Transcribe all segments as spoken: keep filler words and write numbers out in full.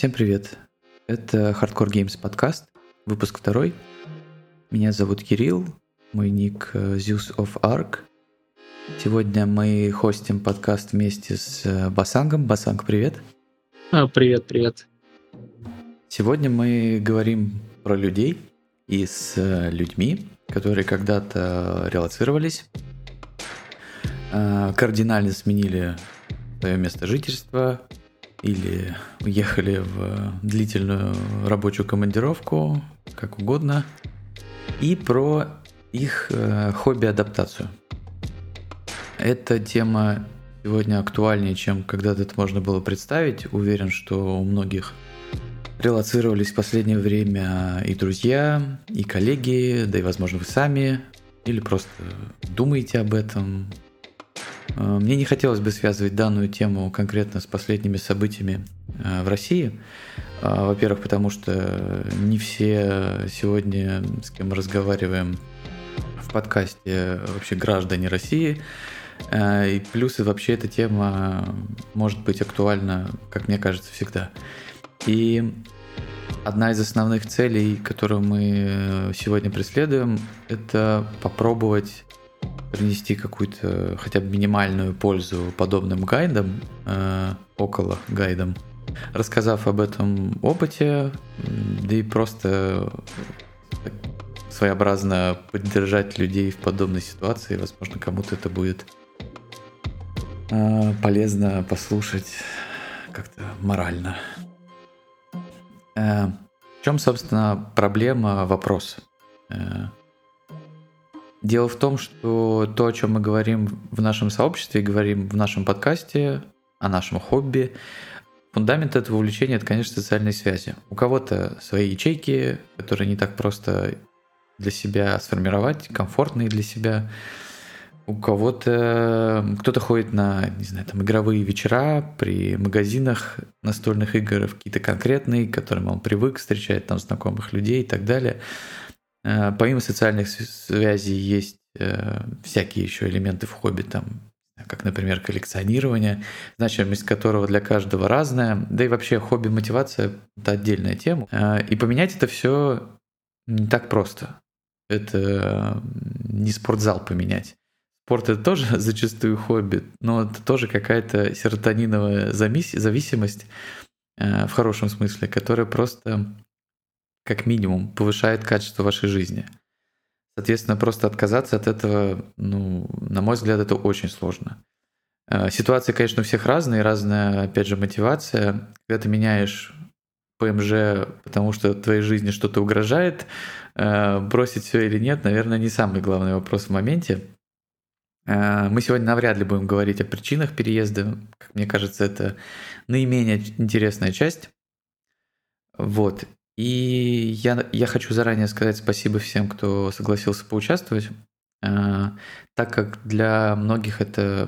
Всем привет. Это Hardcore Games подкаст, выпуск второй. Меня зовут Кирилл, мой ник Zeus of Ark. Сегодня мы хостим подкаст вместе с Басангом. Басанг, привет. А, привет, привет. Сегодня мы говорим про людей и с людьми, которые когда-то релоцировались, кардинально сменили свое место жительства или уехали в длительную рабочую командировку, как угодно, и про их хобби-адаптацию. Эта тема сегодня актуальнее, чем когда-то это можно было представить. Уверен, что у многих релоцировались в последнее время и друзья, и коллеги, да и, возможно, вы сами, или просто думаете об этом. Мне не хотелось бы связывать данную тему конкретно с последними событиями в России. Во-первых, потому что не все сегодня, с кем мы разговариваем в подкасте, вообще граждане России. И плюс и вообще эта тема может быть актуальна, как мне кажется, всегда. И одна из основных целей, которую мы сегодня преследуем, это попробовать принести какую-то хотя бы минимальную пользу подобным гайдам, э, около гайдам, рассказав об этом опыте, да и просто своеобразно поддержать людей в подобной ситуации. Возможно, кому-то это будет э, полезно послушать как-то морально. Э, в чем, собственно, проблема, вопрос? Э, Дело в том, что то, о чем мы говорим в нашем сообществе, говорим в нашем подкасте, о нашем хобби, фундамент этого увлечения – это, конечно, социальные связи. У кого-то свои ячейки, которые не так просто для себя сформировать, комфортные для себя. У кого-то кто-то ходит на, не знаю, там, игровые вечера при магазинах настольных игр, в какие-то конкретные, к которым он привык, встречает там знакомых людей и так далее. Помимо социальных связей есть э, всякие еще элементы в хобби, там, как, например, коллекционирование, значимость которого для каждого разная. Да и вообще хобби-мотивация – это отдельная тема. Э, и поменять это все не так просто. Это не спортзал поменять. Спорт – это тоже зачастую хобби, но это тоже какая-то серотониновая зависимость, э, в хорошем смысле, которая просто как минимум повышает качество вашей жизни. Соответственно, просто отказаться от этого, ну, на мой взгляд, это очень сложно. Ситуации, конечно, у всех разные, разная, опять же, мотивация. Когда ты меняешь ПМЖ, потому что твоей жизни что-то угрожает, бросить все или нет, наверное, не самый главный вопрос в моменте. Мы сегодня навряд ли будем говорить о причинах переезда. Как мне кажется, это наименее интересная часть. Вот. И я, я хочу заранее сказать спасибо всем, кто согласился поучаствовать, э, так как для многих это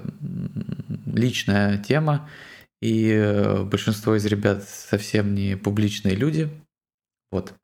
личная тема, и большинство из ребят совсем не публичные люди. Вот.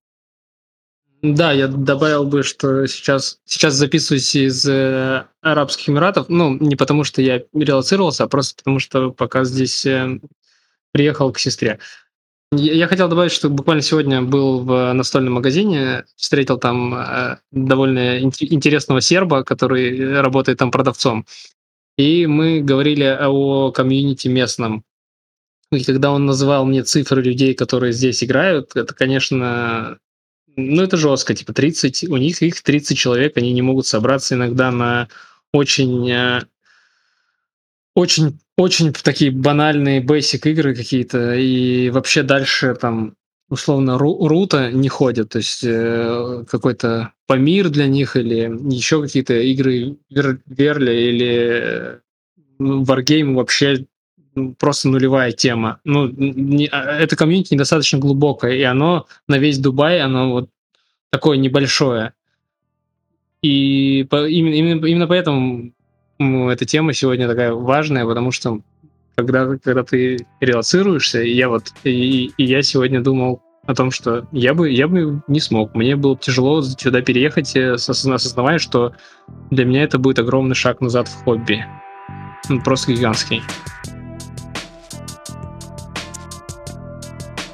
Да, я добавил бы, что сейчас, сейчас записываюсь из э, Арабских Эмиратов, ну, не потому что я релоцировался, а просто потому что пока здесь э, приехал к сестре. Я хотел добавить, что буквально сегодня был в настольном магазине, встретил там э, довольно ин- интересного серба, который работает там продавцом. И мы говорили о комьюнити местном. И когда он называл мне цифры людей, которые здесь играют, это, конечно, ну это жестко, типа тридцать, у них их тридцать человек, они не могут собраться иногда на очень э, очень, очень такие банальные basic игры какие-то, и вообще дальше там условно ру- рута не ходят, то есть э, какой-то Памир для них или еще какие-то игры Вер- Верля или ну, Wargame вообще ну, просто нулевая тема. Ну, не, а, это комьюнити недостаточно глубокое, и оно на весь Дубай, оно вот такое небольшое. И по, именно, именно, именно поэтому ну, эта тема сегодня такая важная, потому что когда, когда ты релоцируешься, и я вот и, и я сегодня думал о том, что я бы, я бы не смог. Мне было тяжело сюда переехать, осознавая, что для меня это будет огромный шаг назад в хобби. Ну, просто гигантский.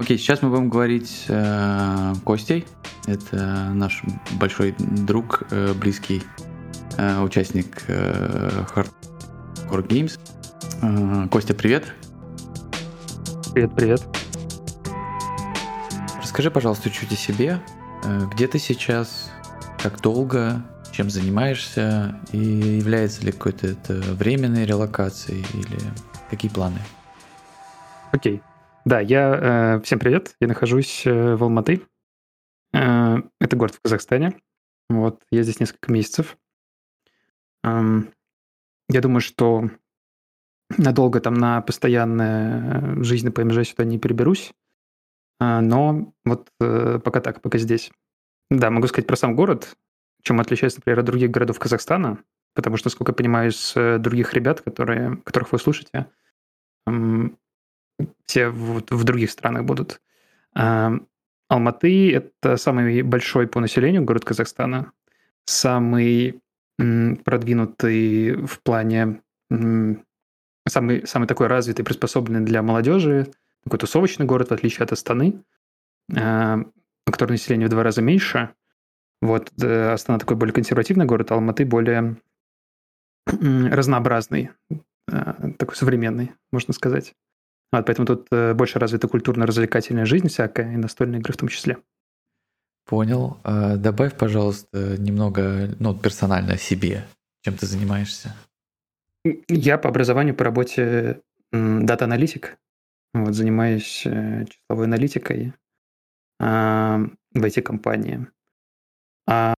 Окей, сейчас мы будем говорить с э, Костей. Это наш большой друг, э, близкий э, участник э, Hardcore Games. Э, Костя, привет. Привет, привет. Расскажи, пожалуйста, чуть о себе. Э, где ты сейчас? Как долго? Чем занимаешься? И является ли какой-то это временной релокацией? Или какие планы? Окей. Да, я... Э, всем привет. Я нахожусь э, в Алматы. Э, это город в Казахстане. Вот, я здесь несколько месяцев. Эм, я думаю, что надолго там на постоянную жизнь на ПМЖ сюда не переберусь. Э, но вот э, пока так, пока здесь. Да, могу сказать про сам город, чем отличается, например, от других городов Казахстана, потому что, насколько я понимаю, из э, других ребят, которые, которых вы слушаете, эм, все в, в других странах будут. Эм, Алматы – это самый большой по населению город Казахстана, самый м, продвинутый в плане, м, самый, самый такой развитый, приспособленный для молодежи, такой тусовочный город, в отличие от Астаны, э, у которого население в два раза меньше. Вот, э, Астана такой более консервативный город, а Алматы более м, разнообразный, э, такой современный, можно сказать. Вот, поэтому тут э, больше развита культурно-развлекательная жизнь всякая, и настольные игры в том числе. Понял. А добавь, пожалуйста, немного, ну, персонально о себе. Чем ты занимаешься? Я по образованию, по работе м, дата-аналитик. Вот, занимаюсь э, числовой аналитикой а, в ай ти-компании. А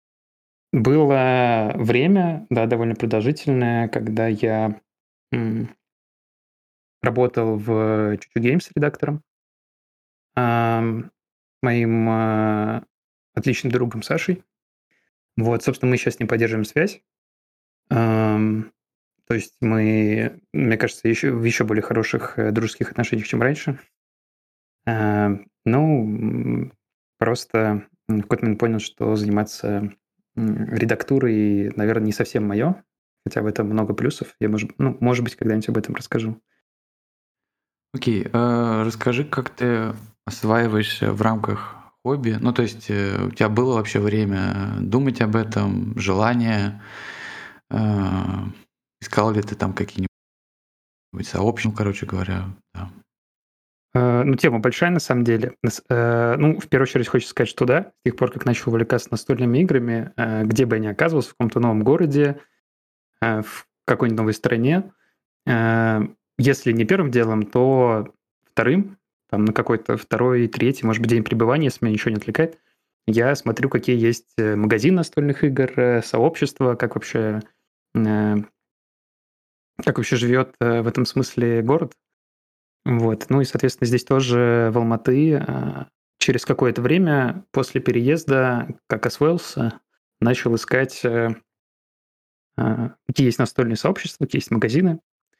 было время, да, довольно продолжительное, когда я м, работал в Чучу Games редактором. а, моим а, отличным другом Сашей. Вот, собственно, мы сейчас с ним поддерживаем связь. Ам, то есть мы, мне кажется, еще, в еще более хороших э, дружеских отношениях, чем раньше. А, ну, м, просто м, в какой-то момент понял, что заниматься м, редактурой, наверное, не совсем мое, хотя в этом много плюсов. Я, может, ну, может быть, когда-нибудь об этом расскажу. Окей, а расскажи, как ты осваиваешься в рамках хобби? Ну, то есть э, у тебя было вообще время думать об этом, желание? А, Искал ли ты там какие-нибудь сообщества, ну, короче говоря, да. Э, Ну, тема большая, на самом деле. Нас- э, Ну, в первую очередь хочется сказать, что да, с тех пор, как начал увлекаться настольными играми, э, где бы я ни оказывался, в каком-то новом городе, э, в какой-нибудь новой стране, э, если не первым делом, то вторым, там на какой-то второй, третий, может быть, день пребывания, если меня ничего не отвлекает, я смотрю, какие есть э, магазины настольных игр, э, сообщества, как вообще, э, как вообще живет э, в этом смысле город. Вот. Ну и, соответственно, здесь тоже в Алматы а, через какое-то время после переезда, как освоился, начал искать, э, а, какие есть настольные сообщества, какие есть магазины.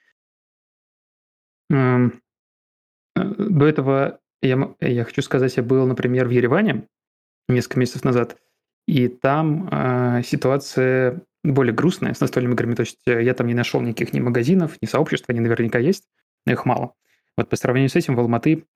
М, э, До этого я, м- я хочу сказать, я был, например, в Ереване несколько месяцев назад, и там а, ситуация более грустная с настольными играми. То есть э, я там не нашел никаких ни магазинов, ни сообществ, они наверняка есть, но их мало. Вот по сравнению с этим в Алматы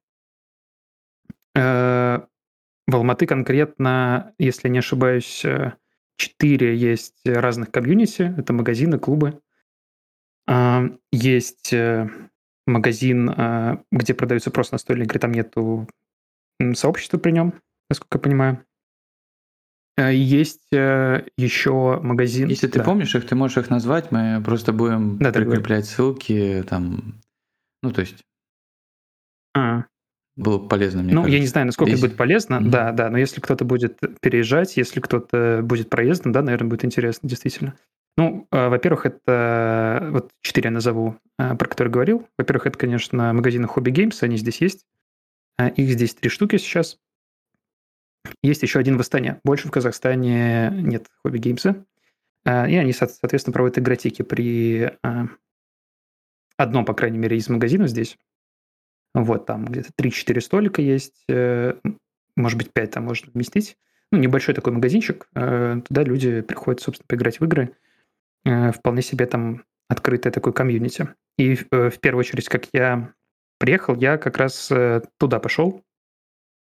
э, В Алматы конкретно, если не ошибаюсь, э, четыре есть разных комьюнити. Это магазины, клубы. А, Есть э, магазин, а, где продаются просто настольные игры. Там нету м, сообщества при нем, насколько я понимаю. А, Есть э, еще магазин... Если ты Да, помнишь их, ты можешь их назвать, мы просто будем да, так говорю. прикреплять ссылки там, ну, то есть А, было бы полезно, мне Ну, я не кажется. знаю, насколько это Если... будет полезно, Мгм. да, да, но если кто-то будет переезжать, если кто-то будет проездом, да, наверное, будет интересно, действительно. Ну, э, во-первых, это вот четыре я назову, э, про которые говорил. Во-первых, это, конечно, магазины Hobby Games, они здесь есть. Э, Их здесь три штуки сейчас. Есть еще один в Астане. Больше в Казахстане нет Hobby Games. Э, И они, со- соответственно, проводят игротеки при э, одном, по крайней мере, из магазинов здесь. Вот, там где-то три-четыре столика есть, э, может быть, пять там можно вместить. Ну, небольшой такой магазинчик. э, Туда люди приходят, собственно, поиграть в игры. Э, Вполне себе там открытое такое комьюнити. И э, в первую очередь, как я приехал, я как раз э, туда пошел.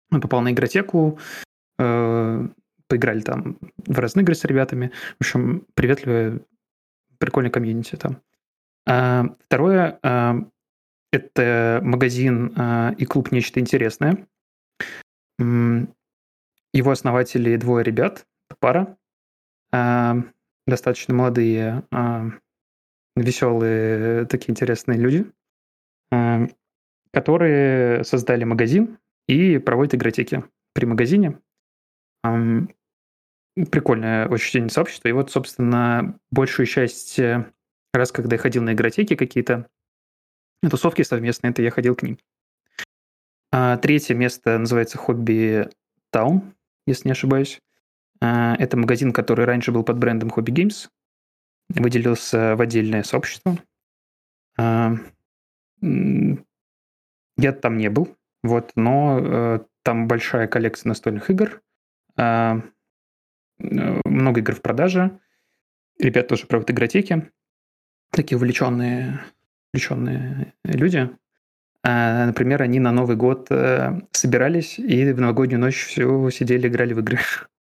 Он попал на игротеку, э, поиграли там в разные игры с ребятами. В общем, приветливая, прикольная комьюнити там. А, второе, а, это магазин а, и клуб «Нечто интересное». М, Его основатели двое ребят, пара, а, достаточно молодые, а, веселые, такие интересные люди, а, которые создали магазин и проводят игротеки при магазине. Ам, Прикольное очень сообщество. И вот, собственно, большую часть э, раз, когда я ходил на игротеки какие-то, тусовки совместные, это я ходил к ним. А третье место называется Hobby Town, если не ошибаюсь. А, Это магазин, который раньше был под брендом Hobby Games, выделился в отдельное сообщество. А, м, Я там не был, вот, но э, там большая коллекция настольных игр, а, э, много игр в продаже. Ребят тоже проводят игротеки, такие увлеченные, увлеченные люди. А, Например, они на Новый год э, собирались и в новогоднюю ночь все сидели, играли в игры.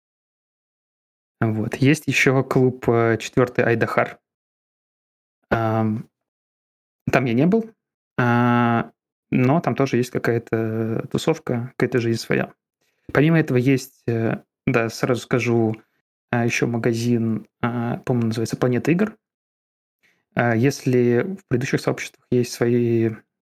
Вот. Есть еще клуб э, четвертый Айдахар. Ам, Там я не был, а, но там тоже есть какая-то тусовка, какая-то жизнь своя. Помимо этого есть, э, да, сразу скажу, а, еще магазин, а, по-моему, называется «Планета игр». А, Если в предыдущих сообществах есть свои,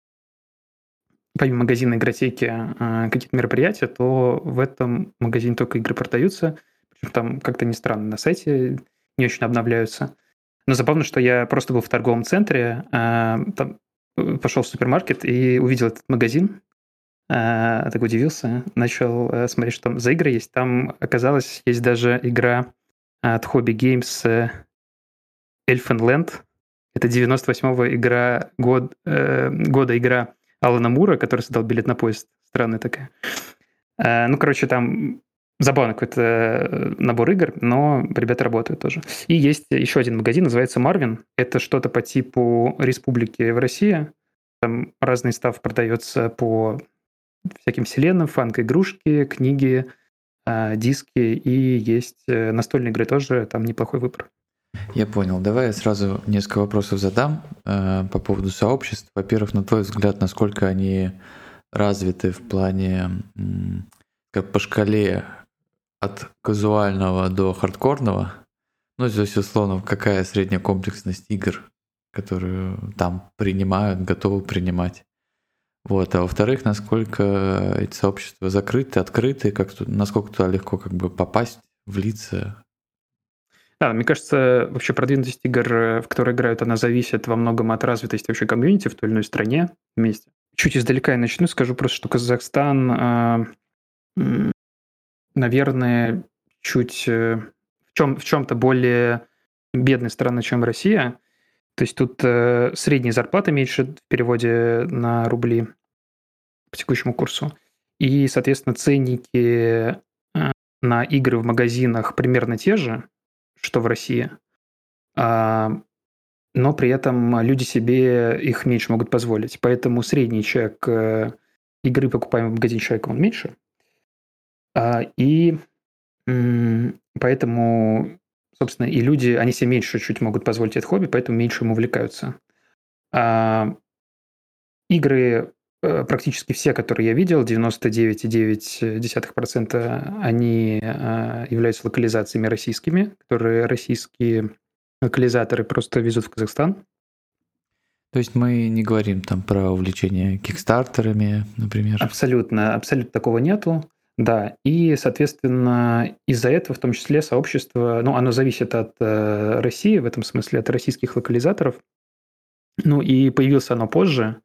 помимо магазина игротеки, а, какие-то мероприятия, то в этом магазине только игры продаются. Причем там как-то не странно, на сайте не очень обновляются. Но забавно, что я просто был в торговом центре, а, там э, пошел в супермаркет и увидел этот магазин, а, так удивился, начал э, смотреть, что там за игры есть. Там, оказалось, есть даже игра от Hobby Games э, Elfen Land. Это девяносто восьмого игра, год, э, года игра Алана Мура, который создал «Билет на поезд». Странная такая. Э, ну, короче, там забавный какой-то э, набор игр, но ребята работают тоже. И есть еще один магазин, называется Marvin. Это что-то по типу Республики в России. Там разный став продается по всяким вселенным, фанк-игрушки, книги, э, диски, и есть э, настольные игры тоже, там неплохой выбор. Я понял. Давай я сразу несколько вопросов задам э, по поводу сообществ. Во-первых, на твой взгляд, насколько они развиты в плане, м, как по шкале от казуального до хардкорного? Ну, то есть, условно, какая средняя комплексность игр, которые там принимают, готовы принимать? Вот. А во-вторых, насколько эти сообщества закрыты, открыты, как тут, насколько туда легко как бы попасть, влиться? Да, мне кажется, вообще продвинутость игр, э, в которые играют, она зависит во многом от развитости вообще комьюнити в той или иной стране вместе. Чуть издалека я начну, скажу просто, что Казахстан, а, м, наверное, чуть э, в, чем, в чем-то более бедной страной, чем Россия. То есть тут э, средняя зарплата меньше в переводе на рубли по текущему курсу. И, соответственно, ценники э, на игры в магазинах примерно те же, что в России. А, но при этом люди себе их меньше могут позволить. Поэтому средний чек э, игры, покупаемой в магазине человека, он меньше. А, И м, поэтому, собственно, и люди, они себе меньше чуть могут позволить это хобби, поэтому меньше им увлекаются. А Игры э, практически все, которые я видел, девяносто девять целых девять десятых процента, они э, являются локализациями российскими, которые российские локализаторы просто везут в Казахстан. То есть мы не говорим там про увлечение кикстартерами, например. Абсолютно, абсолютно такого нету. Да, и, соответственно, из-за этого в том числе сообщество, ну, оно зависит от э, России, в этом смысле, от российских локализаторов. Ну, и появилось оно позже.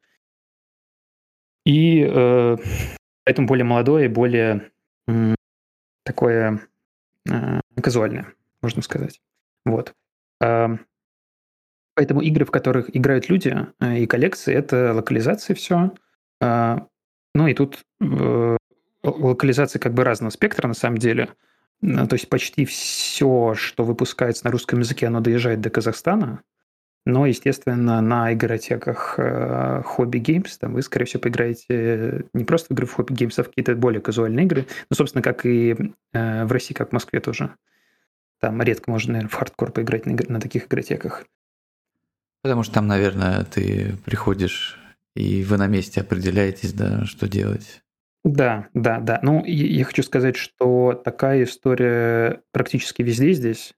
И э, поэтому более молодое, более м, такое э, казуальное, можно сказать. Вот. А, Поэтому игры, в которых играют люди, э, и коллекции, это локализации все. А, Ну и тут э, локализации как бы разного спектра на самом деле. Ну, то есть почти все, что выпускается на русском языке, оно доезжает до Казахстана. Но, естественно, на игротеках э, Hobby Games там вы, скорее всего, поиграете не просто в игры в Hobby Games, а в какие-то более казуальные игры. Ну, собственно, как и э, в России, как в Москве тоже. Там редко можно, наверное, в хардкор поиграть на, на таких игротеках. Потому что там, наверное, ты приходишь, и вы на месте определяетесь, да, что делать. Да, да, да. Ну, я хочу сказать, что такая история практически везде здесь.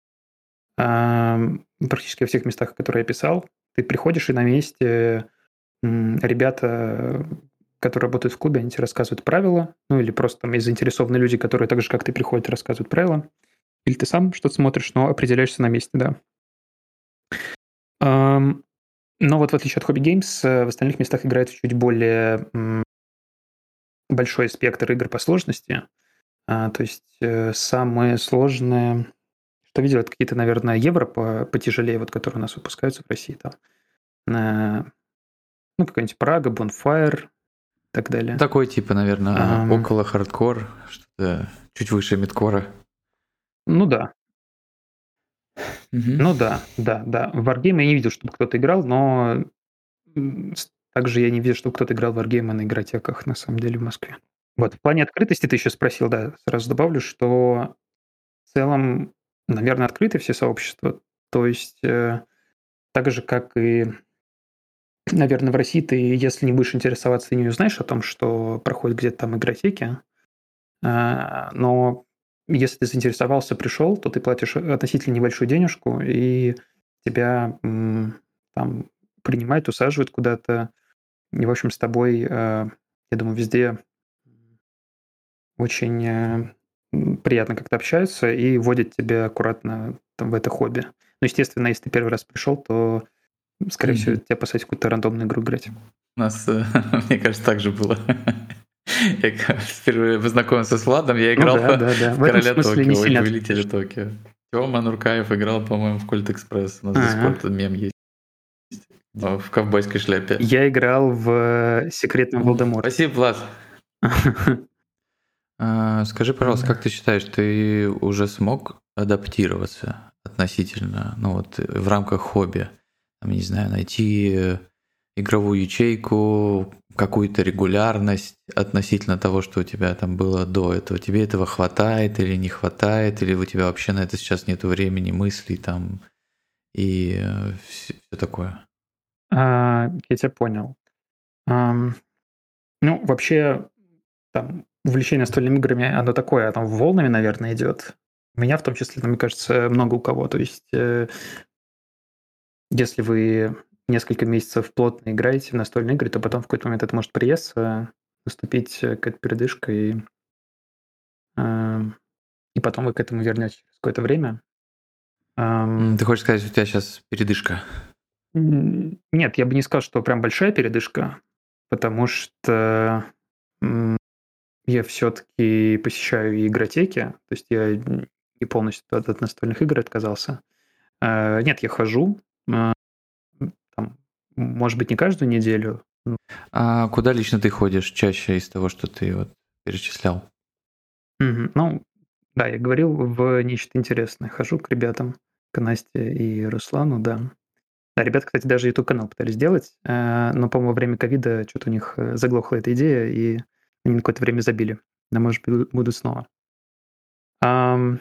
Практически во всех местах, которые я писал. Ты приходишь, и на месте ребята, которые работают в клубе, они тебе рассказывают правила, ну или просто там есть заинтересованные люди, которые так же, как ты, приходят и рассказывают правила. Или ты сам что-то смотришь, но определяешься на месте, да. Но вот в отличие от Hobby Games, в остальных местах играют чуть более большой спектр игр по сложности. То есть самые сложные... Что видел, это какие-то, наверное, евро потяжелее, вот, которые у нас выпускаются в России. Там, на, ну, какая-нибудь Прага, Bonfire и так далее. Такой, типа, наверное, Ам. около хардкор, что-то чуть выше мидкора. Ну да. Мгм. Ну да, да, да. В Wargame я не видел, чтобы кто-то играл, но также я не видел, чтобы кто-то играл в Wargame на игротеках, на самом деле, в Москве. Вот, в плане открытости ты еще спросил, да, сразу добавлю, что в целом, наверное, открыты все сообщества. То есть э, так же, как и, наверное, в России, ты, если не будешь интересоваться, ты не узнаешь о том, что проходит где-то там игротеки. А, но если ты заинтересовался, пришел, то ты платишь относительно небольшую денежку, и тебя м, там принимают, усаживают куда-то. И, в общем, с тобой, э, я думаю, везде очень э, м, приятно как-то общаются и вводят тебя аккуратно там, в это хобби. Ну, естественно, если ты первый раз пришел, то, скорее всего, Мгм. тебя посадят в какую-то рандомную игру играть. У нас, э, мне кажется, так же было. Я как впервые познакомился с Владом, я Ну играл да, да, да. в В этом Короля смысле не Токио и сильно Повелителя отличаешься. Токио. Тёма Нуркаев играл, по-моему, в Кольт Экспресс. У нас до сих пор Ага. этот мем есть. Но в ковбойской шляпе. Я играл в э, секретном М, Волдеморте. Спасибо, Влад. А, Скажи, пожалуйста, Да. как ты считаешь, ты уже смог адаптироваться относительно, ну вот, э, в рамках хобби? Там, не знаю, найти э, игровую ячейку, какую-то регулярность относительно того, что у тебя там было до этого. Тебе этого хватает или не хватает, или у тебя вообще на это сейчас нет времени, мыслей там и все, такое? А, я тебя понял. Ам, ну, вообще, там, увлечение настольными играми, оно такое, оно волнами, наверное, идет. У меня в том числе, там, мне кажется, много у кого. То есть, э, если вы несколько месяцев плотно играете в настольные игры, то потом в какой-то момент это может приесться, наступить э, какая-то передышка, и, ам, и потом вы к этому вернетесь через какое-то время. Ам, М, Ты хочешь сказать, у тебя сейчас передышка? м, Нет, я бы не сказал, что прям большая передышка, потому что м, я все-таки посещаю и игротеки, то есть я не полностью от от настольных игр отказался. Э, Нет, я хожу, э, там, может быть, не каждую неделю. А куда лично ты ходишь чаще из того, что ты вот перечислял? Мгм. Ну, да, я говорил, в нечто интересное. Хожу к ребятам, к Насте и Руслану, да. Да, ребята, кстати, даже YouTube-канал пытались сделать, э, но, по-моему, во время ковида что-то у них э, заглохла эта идея, и они на какое-то время забили. Но, может быть, будут снова. Ам,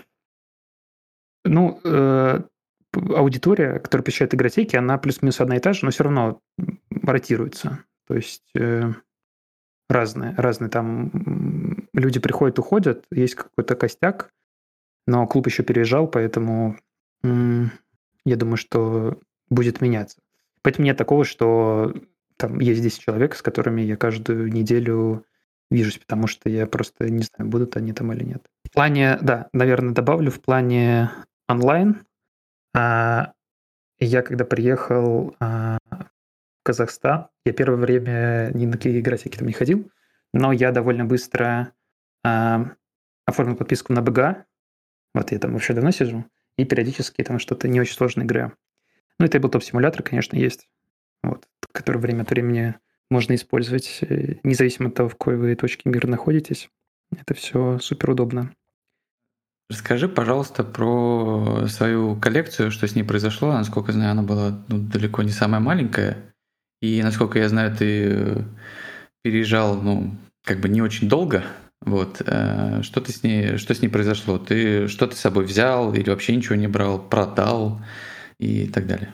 ну, э, п- аудитория, которая посещает игротеки, она плюс-минус одна и та же, но все равно м, ротируется. То есть э, разные, разные там м, люди приходят, уходят, есть какой-то костяк, но клуб еще переезжал, поэтому м, я думаю, что будет меняться. Поэтому нет такого, что там есть десять человек, с которыми я каждую неделю вижусь, потому что я просто не знаю, будут они там или нет. В плане, да, наверное, добавлю, в плане онлайн, а, я когда приехал а, в Казахстан, я первое время ни на какие игротеки там не ходил, но я довольно быстро а, оформил подписку на бэ гэ а. Вот я там вообще давно сижу, и периодически там что-то не очень сложное играю. Ну и тейблтоп-симулятор, конечно, есть, вот, который время от времени можно использовать, э, независимо от того, в какой вы точке мира находитесь. Это все супер удобно. Расскажи, пожалуйста, про свою коллекцию, что с ней произошло. Насколько знаю, она была ну, далеко не самая маленькая. И, насколько я знаю, ты переезжал, ну, как бы не очень долго. Вот. э, Что ты с ней, что с ней произошло? Ты что ты с собой взял или вообще ничего не брал, продал и так далее?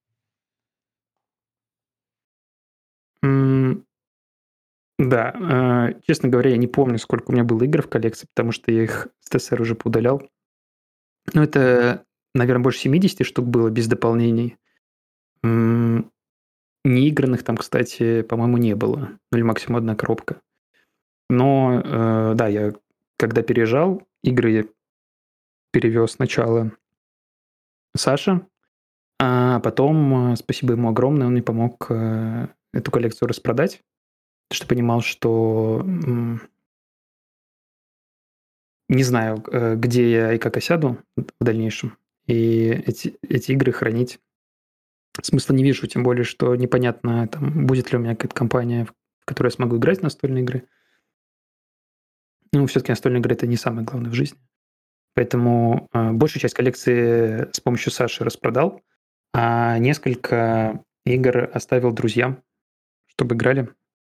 М, Да, э, честно говоря, я не помню, сколько у меня было игр в коллекции, потому что я их с Т С Р уже поудалял. Ну, это, наверное, больше семьдесят штук было без дополнений. М, Неигранных там, кстати, по-моему, не было. Ну, или максимум одна коробка. Но, э, да, я когда переезжал, игры перевез сначала Саша, а потом, э, спасибо ему огромное, он мне помог э, эту коллекцию распродать, потому что понимал, что м, не знаю, э, где я и как осяду в дальнейшем. И эти, эти игры хранить смысла не вижу, тем более, что непонятно, там, будет ли у меня какая-то компания, в которой я смогу играть в настольные игры. Ну, все-таки настольные игры – это не самое главное в жизни. Поэтому э, большую часть коллекции с помощью Саши распродал, а несколько игр оставил друзьям, чтобы играли.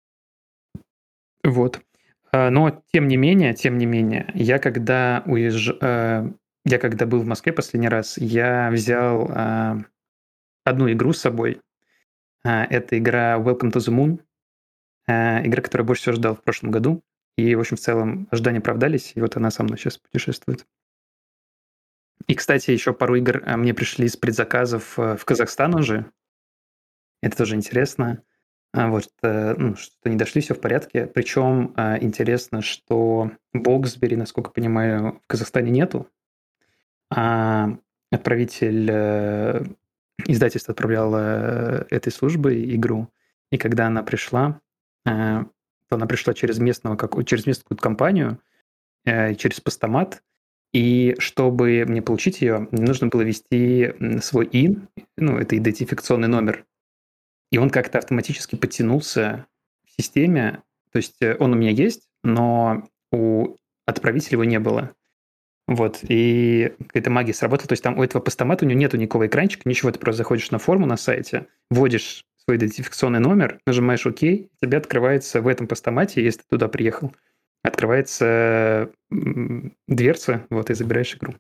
Вот. А, Но тем не менее, тем не менее, я когда уезж... э, я когда был в Москве последний раз, я взял а, одну игру с собой. А, Это игра Welcome to the Moon, а, игра, которую я больше всего ждал в прошлом году. И, в общем, в целом ожидания оправдались, и вот она со мной сейчас путешествует. И, кстати, еще пару игр а, мне пришли из предзаказов э, в Казахстан уже. Это тоже интересно. А, Вот, э, ну, что не дошли, все в порядке. Причем а, интересно, что Боксбери, насколько понимаю, в Казахстане нету. А отправитель, э, издательство отправляло этой службой игру. И когда она пришла, э, то она пришла через местного, как, через местную какую-то компанию, э, через постамат. И чтобы мне получить ее, мне нужно было ввести м, свой ин, ну, это идентификационный номер. И он как-то автоматически подтянулся в системе. То есть э, он у меня есть, но у отправителя его не было. Вот, и какая-то магия сработала. То есть там у этого постамата у него нету никакого экранчика, ничего. Ты просто заходишь на форму на сайте, вводишь свой идентификационный номер, нажимаешь ОК, тебе открывается в этом постамате, если ты туда приехал, открывается м, дверца, вот, и забираешь игру.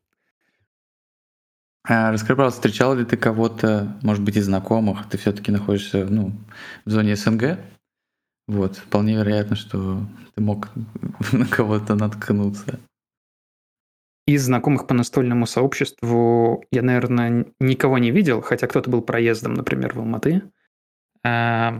А расскажи, пожалуйста, встречал ли ты кого-то, может быть, из знакомых? Ты все-таки находишься ну, в зоне С Н Г. Вот, вполне вероятно, что ты мог на кого-то наткнуться. Из знакомых по настольному сообществу я, наверное, никого не видел, хотя кто-то был проездом, например, в Алматы. А,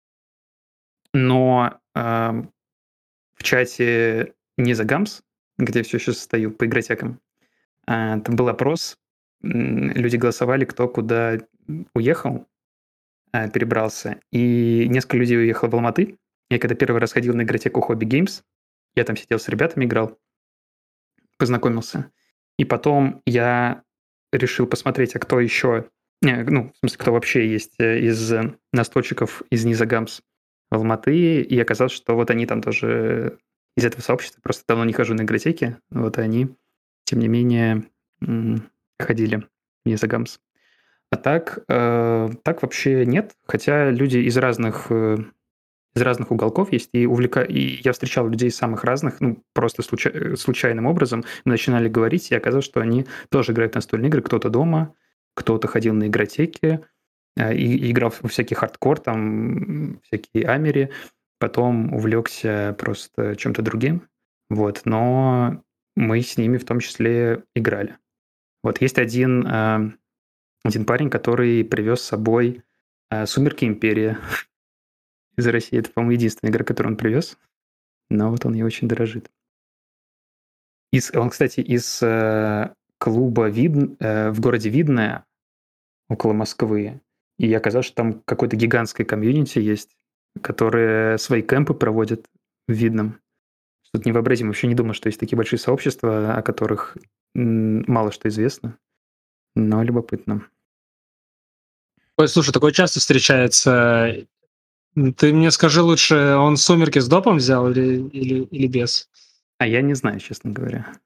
Но а, в чате Низагамс, где я все еще состою по игротекам, а, там был опрос, м, люди голосовали, кто куда уехал, а, перебрался, и несколько людей уехало в Алматы. Я когда первый раз ходил на игротеку Hobby Games, я там сидел с ребятами, играл, познакомился. И потом я решил посмотреть, а кто еще, не, ну, в смысле, кто вообще есть э, из э, настольщиков из Низагамс в Алматы, и оказалось, что вот они там тоже из этого сообщества, просто давно не хожу на игротеки, вот они, тем не менее, м, ходили в Низагамс. А так, э, так вообще нет, хотя люди из разных э, из разных уголков есть, и, увлека... и я встречал людей самых разных, ну, просто случа... случайным образом. Мы начинали говорить, и оказалось, что они тоже играют в настольные игры. Кто-то дома, кто-то ходил на игротеки, э, и, и играл в всякий хардкор, там, всякие амери, потом увлекся просто чем-то другим. Вот, но мы с ними в том числе играли. Вот есть один, э, один парень, который привез с собой э, «Сумерки Империи» из России. Это, по-моему, единственная игра, которую он привез. Но вот он ей очень дорожит. Из, он, кстати, из э, клуба Вид, э, в городе Видное, около Москвы. И оказалось, что там какое-то гигантское комьюнити есть, которое свои кемпы проводят в Видном. Что-то невообразимо. Вообще не думал, что есть такие большие сообщества, о которых м, мало что известно. Но любопытно. Ой, слушай, такое часто встречается. Ты мне скажи лучше, он «Сумерки» с допом взял или, или, или без? А я не знаю, честно говоря.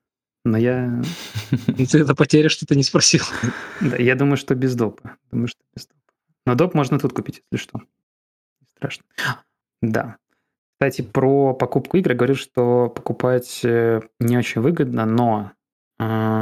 но я... Ты это потеря, что ты не спросил. Да, я думаю, что без допа. Думаю, что без допа. Но доп можно тут купить, если что. Не страшно. Да. Кстати, про покупку игр говорю, что покупать не очень выгодно, но э,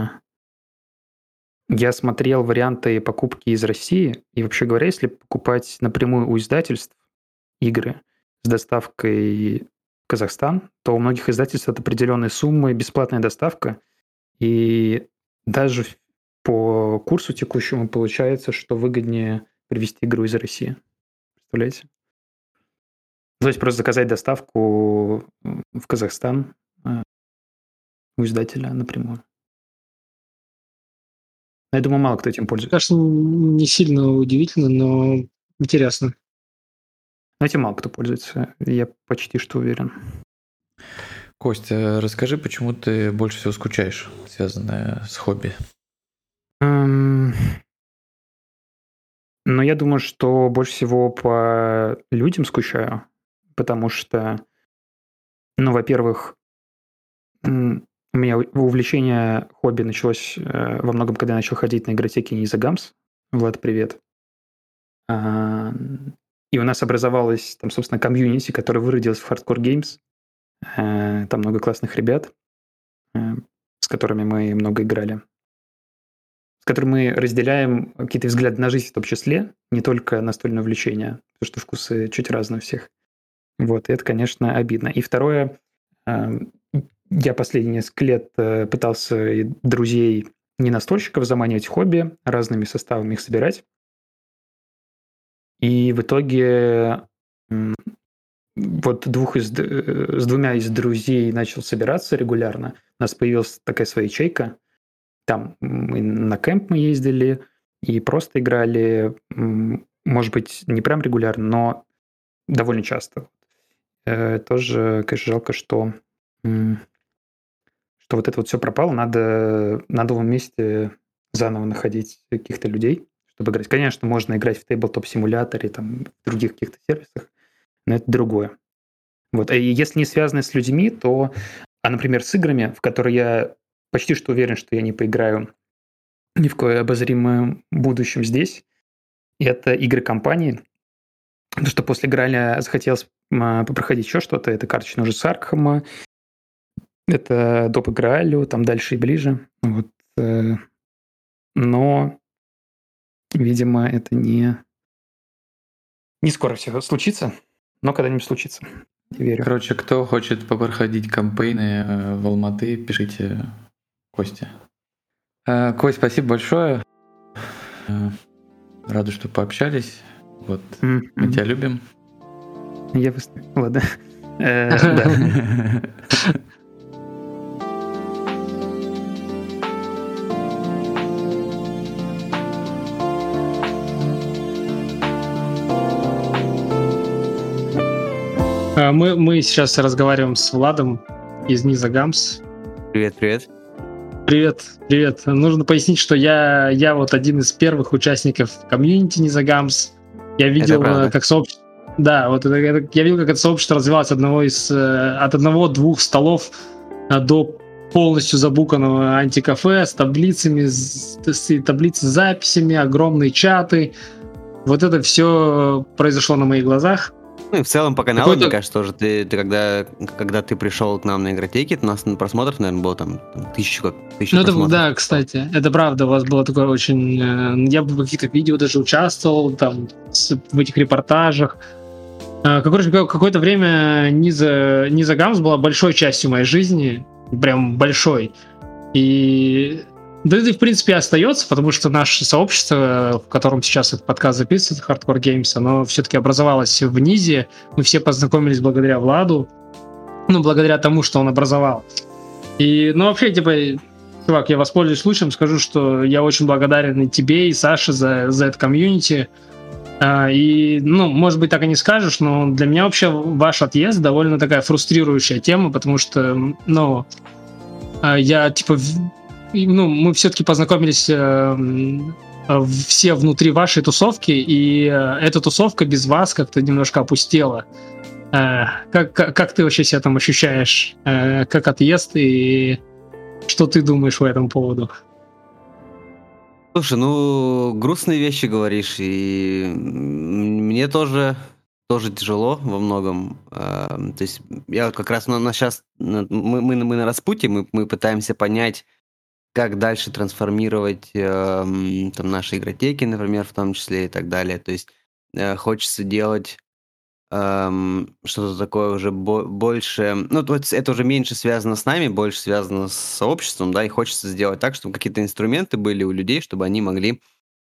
я смотрел варианты покупки из России, и вообще говоря, если покупать напрямую у издательств игры с доставкой в Казахстан, то у многих издательств от определенной суммы бесплатная доставка, и даже по курсу текущему получается, что выгоднее привезти игру из России. Представляете? То есть просто заказать доставку в Казахстан у издателя напрямую. Я думаю, мало кто этим пользуется. Кажется, не сильно удивительно, но интересно. Но этим мало кто пользуется, я почти что уверен. Костя, расскажи, почему ты больше всего скучаешь, связанное с хобби? Эм... Но я думаю, что больше всего по людям скучаю, потому что, ну, во-первых, у меня увлечение хобби началось э, во многом, когда я начал ходить на игротеки Низагамс. Влад, привет. А, и у нас образовалась там, собственно, комьюнити, которая выродилась в Hardcore Games. А, там много классных ребят, а, с которыми мы много играли. С которыми мы разделяем какие-то взгляды на жизнь в том числе, не только настольное увлечение, потому что вкусы чуть разные у всех. Вот, и это, конечно, обидно. И второе, я последние несколько лет пытался друзей не настольщиков заманивать в хобби, разными составами их собирать. И в итоге вот двух из, с двумя из друзей начал собираться регулярно. У нас появилась такая своя ячейка. Там мы на кемп мы ездили и просто играли, может быть, не прям регулярно, но довольно часто. Тоже, конечно, жалко, что, что вот это вот все пропало. Надо на новом месте заново находить каких-то людей, чтобы играть. Конечно, можно играть в тейблтоп-симуляторе, там, в других каких-то сервисах, но это другое. Вот. И если не связано с людьми, то, а, например, с играми, в которые я почти что уверен, что я не поиграю ни в какое обозримом будущем здесь, это игры компании. Потому что после Граля захотелось попроходить еще что-то. Это карточный ужас Аркхема, это доп. Гралю, там дальше и ближе. Вот. Но, видимо, это не, не скоро все случится, но когда-нибудь случится. Я верю. Короче, кто хочет попроходить кампейны в Алматы, пишите Косте. Кость, спасибо большое. Рады, что пообщались. Вот, mm-hmm. Мы тебя любим. Я вас... Ладно. Да. Мы, мы сейчас разговариваем с Владом из Низагамс. Привет, привет. Привет, привет. Нужно пояснить, что я, я вот один из первых участников комьюнити Низагамс. Я видел, как сообщество... Да, вот это, это, я видел, как это сообщество развивалось от одного из, от одного-двух столов до полностью забуканного антикафе с таблицами, с, с таблицей с записями, огромные чаты. Вот это все произошло на моих глазах. Ну и в целом по каналу, Какой-то... мне кажется, тоже ты, ты когда, когда ты пришел к нам на игротеки, у нас на просмотров, наверное, было там тысячу, как, тысячу ну, просмотров. Это, да, кстати, это правда, у вас было такое очень... Я в каких-то видео даже участвовал, там, в этих репортажах. Короче, какое-то время Низа, Низагамс была большой частью моей жизни, прям большой. И... Да это, в принципе, остается, потому что наше сообщество, в котором сейчас этот подкаст записывается, Hardcore Games, оно все-таки образовалось в Низе. Мы все познакомились благодаря Владу, ну, благодаря тому, что он образовал. И, ну, вообще, типа, чувак, я воспользуюсь случаем, скажу, что я очень благодарен и тебе, и Саше за, за это комьюнити. И, ну, может быть, так и не скажешь, но для меня вообще ваш отъезд довольно такая фрустрирующая тема, потому что, ну, я, типа... Ну, мы все-таки познакомились э, все внутри вашей тусовки, и э, эта тусовка без вас как-то немножко опустела. Э, как, как, как ты вообще себя там ощущаешь? Э, как отъезд и Что ты думаешь по этому поводу? Слушай, ну, грустные вещи говоришь, и мне тоже, тоже тяжело во многом. А, То есть я вот как раз на, сейчас, мы, мы, мы на распутье, мы, мы пытаемся понять, как дальше трансформировать эм, там, наши игротеки, например, в том числе и так далее. То есть э, хочется делать эм, что-то такое уже бо- больше... Ну, то есть это уже меньше связано с нами, больше связано с сообществом, да, и хочется сделать так, чтобы какие-то инструменты были у людей, чтобы они могли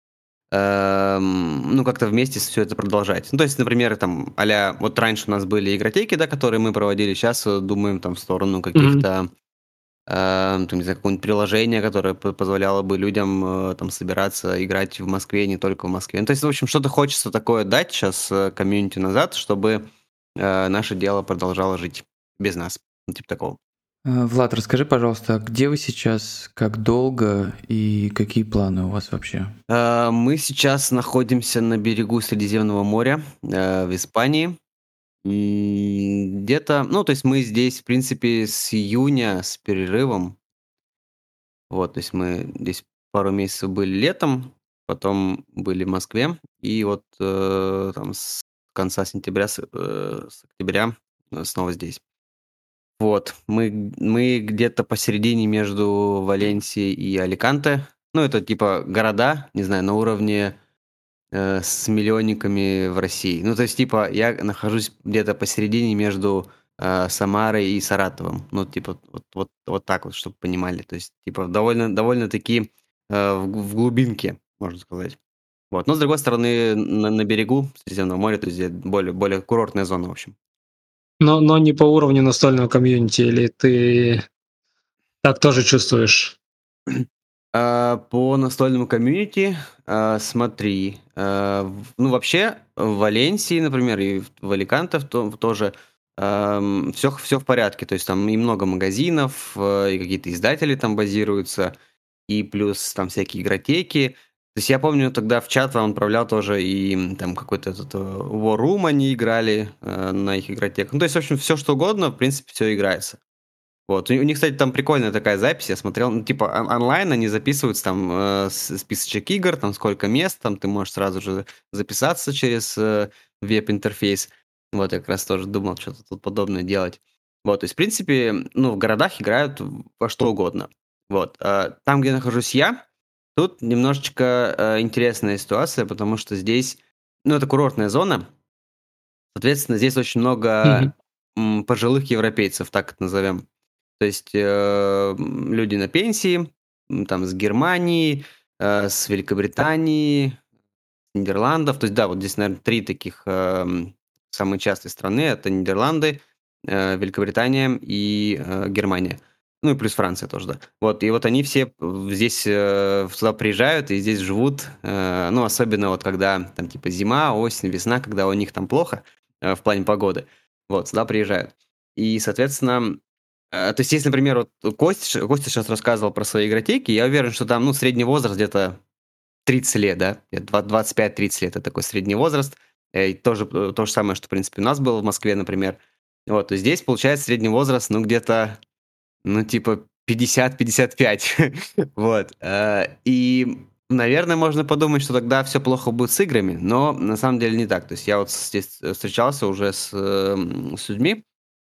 эм, ну, как-то вместе все это продолжать. Ну, то есть, например, там, а вот раньше у нас были игротеки, да, которые мы проводили, сейчас э, думаем там в сторону каких-то Эм, там, не знаю, какое-нибудь приложение, которое п- позволяло бы людям э, там собираться, играть в Москве, и не только в Москве. Ну, то есть, в общем, что-то хочется такое дать сейчас э, комьюнити назад, чтобы э, наше дело продолжало жить без нас. Ну, типа такого. Э, Влад, расскажи, пожалуйста, а где вы сейчас, как долго и какие планы у вас вообще? Э, мы сейчас находимся на берегу Средиземного моря э, в Испании. М, Где-то, ну, то есть мы здесь, в принципе, с июня, с перерывом. Вот, то есть мы здесь пару месяцев были летом, потом были в Москве, и вот э, там с конца сентября, с, э, с октября э, снова здесь. Вот, мы, мы где-то посередине между Валенсией и Аликанте. Ну, это типа города, не знаю, на уровне э, с миллионниками в России. Ну, то есть, типа, я нахожусь где-то посередине между э, Самарой и Саратовом. Ну, типа, вот, вот, вот так вот, чтобы понимали. То есть, типа, довольно, довольно-таки э, в, в глубинке, можно сказать. Вот. Но, с другой стороны, на, на берегу Средиземного моря, то есть, где более, более курортная зона, в общем. Но, но не по уровню настольного комьюнити, или ты так тоже чувствуешь? А, По настольному комьюнити, а, смотри, а, в- ну вообще в Валенсии, например, и в в Аликанте в том- тоже все, все в порядке, то есть там и много магазинов, э, и какие-то издатели там базируются, и плюс там всякие игротеки. То есть я помню, тогда в чат вам отправлял тоже, и м, там какой-то этот э, War Room они играли э, на их игротеках. Ну, то есть, в общем, все что угодно, в принципе, все играется. Вот. У у них, кстати, там прикольная такая запись, я смотрел, ну, типа он- онлайн они записываются, там э, с- списочек игр, там сколько мест, там ты можешь сразу же записаться через э, веб-интерфейс. Вот, я как раз тоже думал, что-то тут подобное делать. Вот, то есть, в принципе, ну, в городах играют во что угодно. Вот. А там, где нахожусь я, тут немножечко э, интересная ситуация, потому что здесь, ну, это курортная зона, соответственно, здесь очень Мгм. много м, пожилых европейцев, так это назовем. То есть э, м, люди на пенсии, м, там с Германии, э, с Великобритании, Нидерландов. То есть, да, вот здесь, наверное, три таких эм, самые частые страны. Это Нидерланды, э, Великобритания и э, Германия. Ну и плюс Франция тоже, да. Вот, и вот они все в- здесь э, сюда приезжают и здесь живут. э, ну, особенно вот когда там типа зима, осень, весна, когда у них там плохо э, в плане погоды. Вот, сюда приезжают. И, соответственно, э, то есть, если, например, вот Костя, Костя сейчас рассказывал про свои игротеки, я уверен, что там, ну, средний возраст где-то тридцать лет, да, двадцать пять тридцать лет, это такой средний возраст. Э, И тоже э, то же самое, что, в принципе, у нас было в Москве, например. Вот, то здесь, получается, средний возраст, ну, где-то, ну, типа пятьдесят пятьдесят пять. Вот. э, И, наверное, можно подумать, что тогда все плохо будет с играми, но на самом деле не так. То есть я вот здесь встречался уже с, э, с людьми,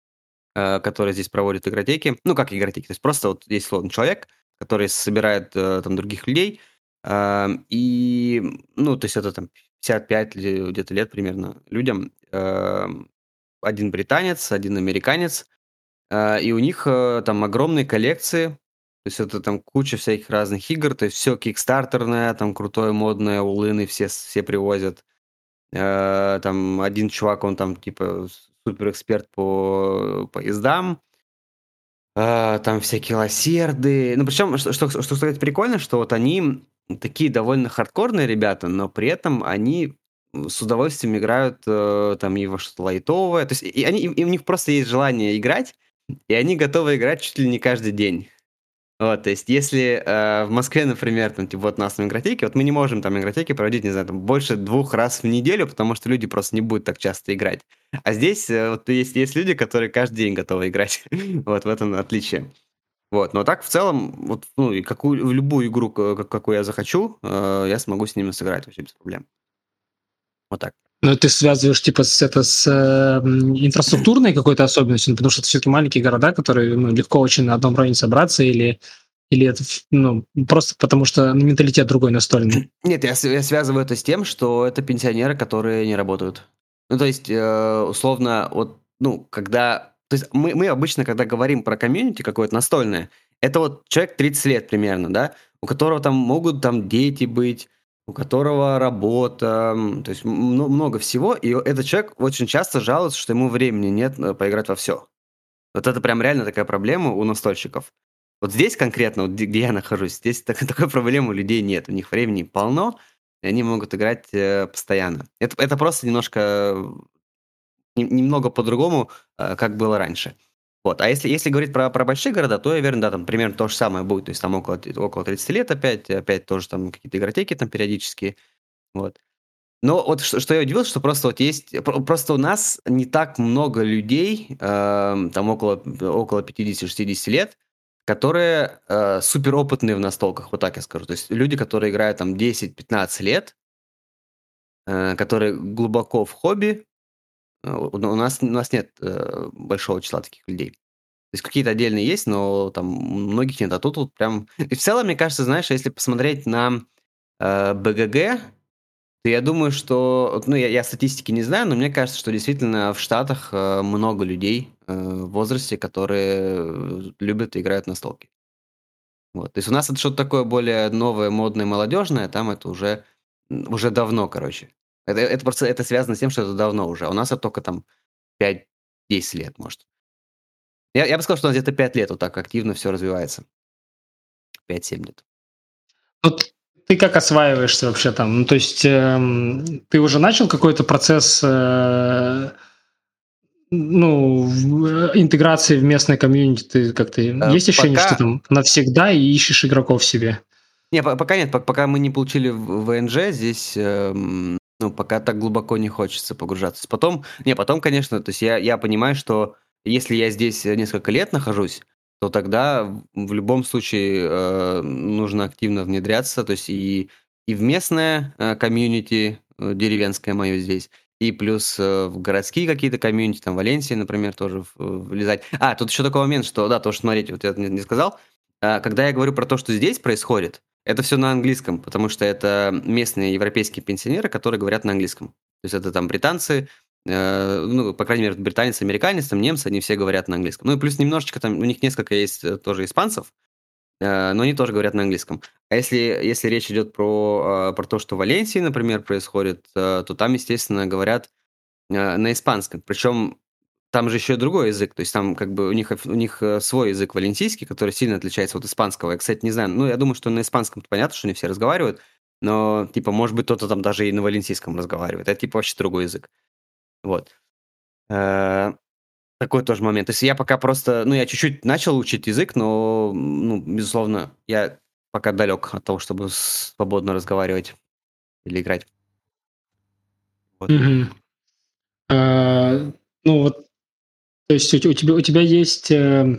э, которые здесь проводят игротеки. Ну, как игротеки, то есть просто вот есть словно человек, который собирает э, там других людей, а, и, ну, то есть это там пятьдесят пять ли- где-то лет примерно людям. э, Один британец, один американец, а, и у них э, там огромные коллекции, то есть это там куча всяких разных игр, то есть все кикстартерное, там крутое, модное, улыны все, все привозят. Э, Там один чувак, он там типа супер эксперт по поездам, а, там всякие лосерды. Ну, причем, что, что, что сказать прикольно, что вот они такие довольно хардкорные ребята, но при этом они с удовольствием играют э, там и во что-то лайтовое. То есть и они, и у них просто есть желание играть, и они готовы играть чуть ли не каждый день. Вот, то есть, если э, в Москве, например, там, типа, вот у нас на игротеке, вот мы не можем там игротеки проводить, не знаю, там, больше двух раз в неделю, потому что люди просто не будут так часто играть. А здесь э, вот есть, есть люди, которые каждый день готовы играть. Вот в этом отличие. Вот, но так в целом, вот, ну, и какую, в любую игру, к- какую я захочу, э, я смогу с ними сыграть вообще без проблем. Вот так. Но ты связываешь типа с, это, с э, м, инфраструктурной какой-то особенностью, ну, потому что это все-таки маленькие города, которые ну, легко очень на одном районе собраться, или, или это ф- ну, просто потому что менталитет другой настольный. Нет, я, с- я связываю это с тем, что это пенсионеры, которые не работают. Ну, то есть, э, условно, вот, ну, когда... То есть мы, мы обычно, когда говорим про комьюнити какое-то настольное, это вот человек тридцать лет примерно, да, у которого там могут там дети быть, у которого работа, м, то есть мно- много всего, и этот человек очень часто жалуется, что ему времени нет э, поиграть во все. Вот это прям реально такая проблема у настольщиков. Вот здесь конкретно, вот где где я нахожусь, здесь так- такой проблемы у людей нет. У них времени полно, и они могут играть э, постоянно. Это, это просто немножко, э, нем- немного по-другому, э, как было раньше. Вот. А если, если говорить про, про большие города, то, я уверен, да, там примерно то же самое будет. То есть там около, т- около тридцати лет опять, опять тоже там какие-то игротеки там периодически. Вот. Но вот что, что я удивился, что просто вот есть... про- Просто у нас не так много людей, эм, там около, около пятьдесят-шестьдесят лет, которые э, суперопытные в настолках, вот так я скажу. То есть люди, которые играют там десять-пятнадцать лет, э, которые глубоко в хобби, э, у у нас, у нас нет э, большого числа таких людей. То есть какие-то отдельные есть, но там многих нет. А тут вот прям... И в целом, мне кажется, знаешь, если посмотреть на э, БГГ, то я думаю, что, вот, ну, я, я статистики не знаю, но мне кажется, что действительно в Штатах э, много людей э, в возрасте, которые э, любят и играют на столке. Вот. То есть у нас это что-то такое более новое, модное, молодежное, там это уже, м, уже давно, короче. Это, это просто это связано с тем, что это давно уже. А у нас это только там пять-десять лет, может. Я, я бы сказал, что у нас где-то пять лет вот так активно все развивается. пять-семь лет. Вот ты как осваиваешься вообще там? Ну, то есть эм, ты уже начал какой-то процесс э, ну, в- э, интеграции в местное комьюнити? Ты как-то Э, есть ощущение, что пока там навсегда и ищешь игроков себе? Не, по- пока нет, по- пока мы не получили в- ВНЖ, здесь, эм, ну, пока так глубоко не хочется погружаться. Потом, не, потом, конечно, то есть я, я понимаю, что если я здесь несколько лет нахожусь, то тогда в в любом случае э, нужно активно внедряться, то есть и, и в местное э, комьюнити, э, деревенское мое здесь, и плюс э, в городские какие-то комьюнити, там, Валенсии, например, тоже в- влезать. А, тут еще такой момент, что, да, то, что, смотрите, вот я не, не сказал, а, когда я говорю про то, что здесь происходит, это все на английском, потому что это местные европейские пенсионеры, которые говорят на английском. То есть это там британцы, э, ну, по крайней мере, британец, американец, там немцы, они все говорят на английском. Ну и плюс немножечко там, у них несколько есть э, тоже испанцев, э, но они тоже говорят на английском. А если, если речь идет про, э, про то, что в Валенсии, например, происходит, э, то там, естественно, говорят э, на испанском. Причем там же еще и другой язык, то есть там как бы у них, оф- у них э, свой язык валенсийский, который сильно отличается от испанского. Я, кстати, не знаю, ну, я думаю, что на испанском понятно, что не все разговаривают, но, типа, может быть, кто-то там даже и на валенсийском разговаривает. Это, типа, вообще другой язык. Вот. Э, Такой тоже момент. То есть я пока просто, ну, я чуть-чуть начал учить язык, но, ну, безусловно, я пока далек от того, чтобы свободно разговаривать или играть. Вот. Мгм. А, ну вот, то есть у, те- у тебя у тебя есть э,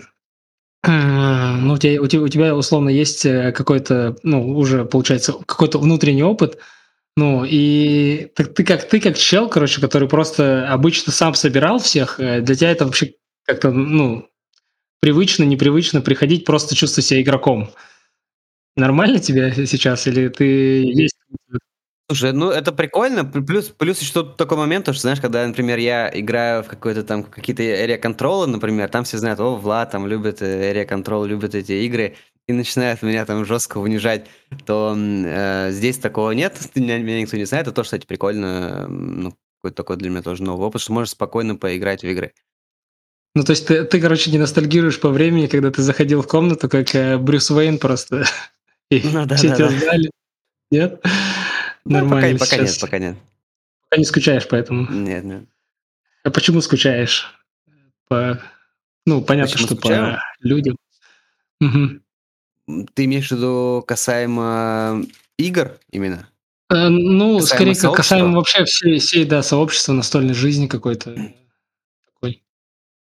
А, ну, у тебя, у тебя, у тебя условно есть э, какой-то, ну, уже получается какой-то внутренний опыт, ну, и ты, ты как ты как чел, короче, который просто обычно сам собирал всех, э, для тебя это вообще как-то, ну, привычно, непривычно приходить, просто чувствовать себя игроком. Нормально тебе сейчас или ты есть? Слушай, ну это прикольно. Пл- Плюс, плюс еще тут такой момент, то, что, знаешь, когда, например, я играю в какой-то там какие-то area control, например, там все знают, о, Влад там любит э, area control, любит эти игры, и начинают меня там жестко унижать, то м, э, здесь такого нет, меня, меня никто не знает, это тоже, кстати, прикольно, м, ну, какой-то такой для меня тоже новый опыт, что можешь спокойно поиграть в игры. Ну, то есть ты, ты, короче, не ностальгируешь по времени, когда ты заходил в комнату, как э, Брюс Уэйн просто, и Ну все тебя да-да-да. знали, нет? Да, пока, Нормально пока нет, сейчас. пока нет. Пока не скучаешь поэтому. Нет, нет. А почему скучаешь? По ну, понятно, Почему что по скучаю? людям. Мгм. М, Ты имеешь в виду касаемо игр именно? Э, ну, Касаемо скорее, ка касаемо сообщества? вообще всей всей, да, сообщества, настольной жизни какой-то такой.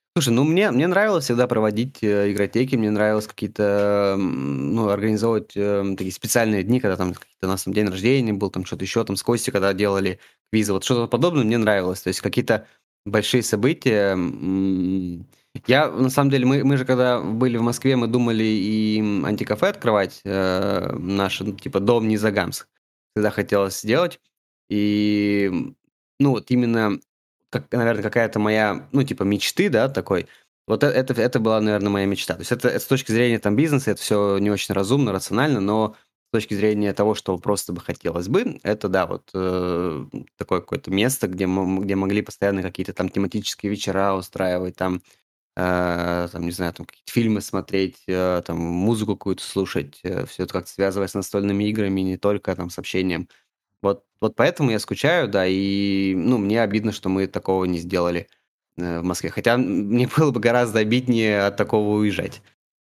Слушай, ну мне, мне нравилось всегда проводить э, игротеки, мне нравилось какие-то, м, ну, организовывать э, такие специальные дни, когда там какие-то у нас там день рождения был, там что-то еще, там с Костей, когда делали квизы, вот что-то подобное мне нравилось. То есть какие-то большие события. м, Я, на самом деле, мы, мы же когда были в Москве, мы думали и м, антикафе открывать, э, наш, ну, типа, дом Низагамс. Всегда хотелось сделать. И, м, ну, вот именно как, наверное, какая-то моя, ну, типа, мечты, да, такой. Вот э- это, это была, наверное, моя мечта. То есть это, это с точки зрения там бизнеса, это все не очень разумно, рационально, но с точки зрения того, что просто бы хотелось бы, это, да, вот э, такое какое-то место, где, мы, где могли постоянно какие-то там тематические вечера устраивать, там, э, там не знаю, там какие-то фильмы смотреть, э, там музыку какую-то слушать, все это как-то связывать с настольными играми, не только там с общением. Вот, вот поэтому я скучаю, да, и, ну, мне обидно, что мы такого не сделали э, в Москве. Хотя мне было бы гораздо обиднее от такого уезжать.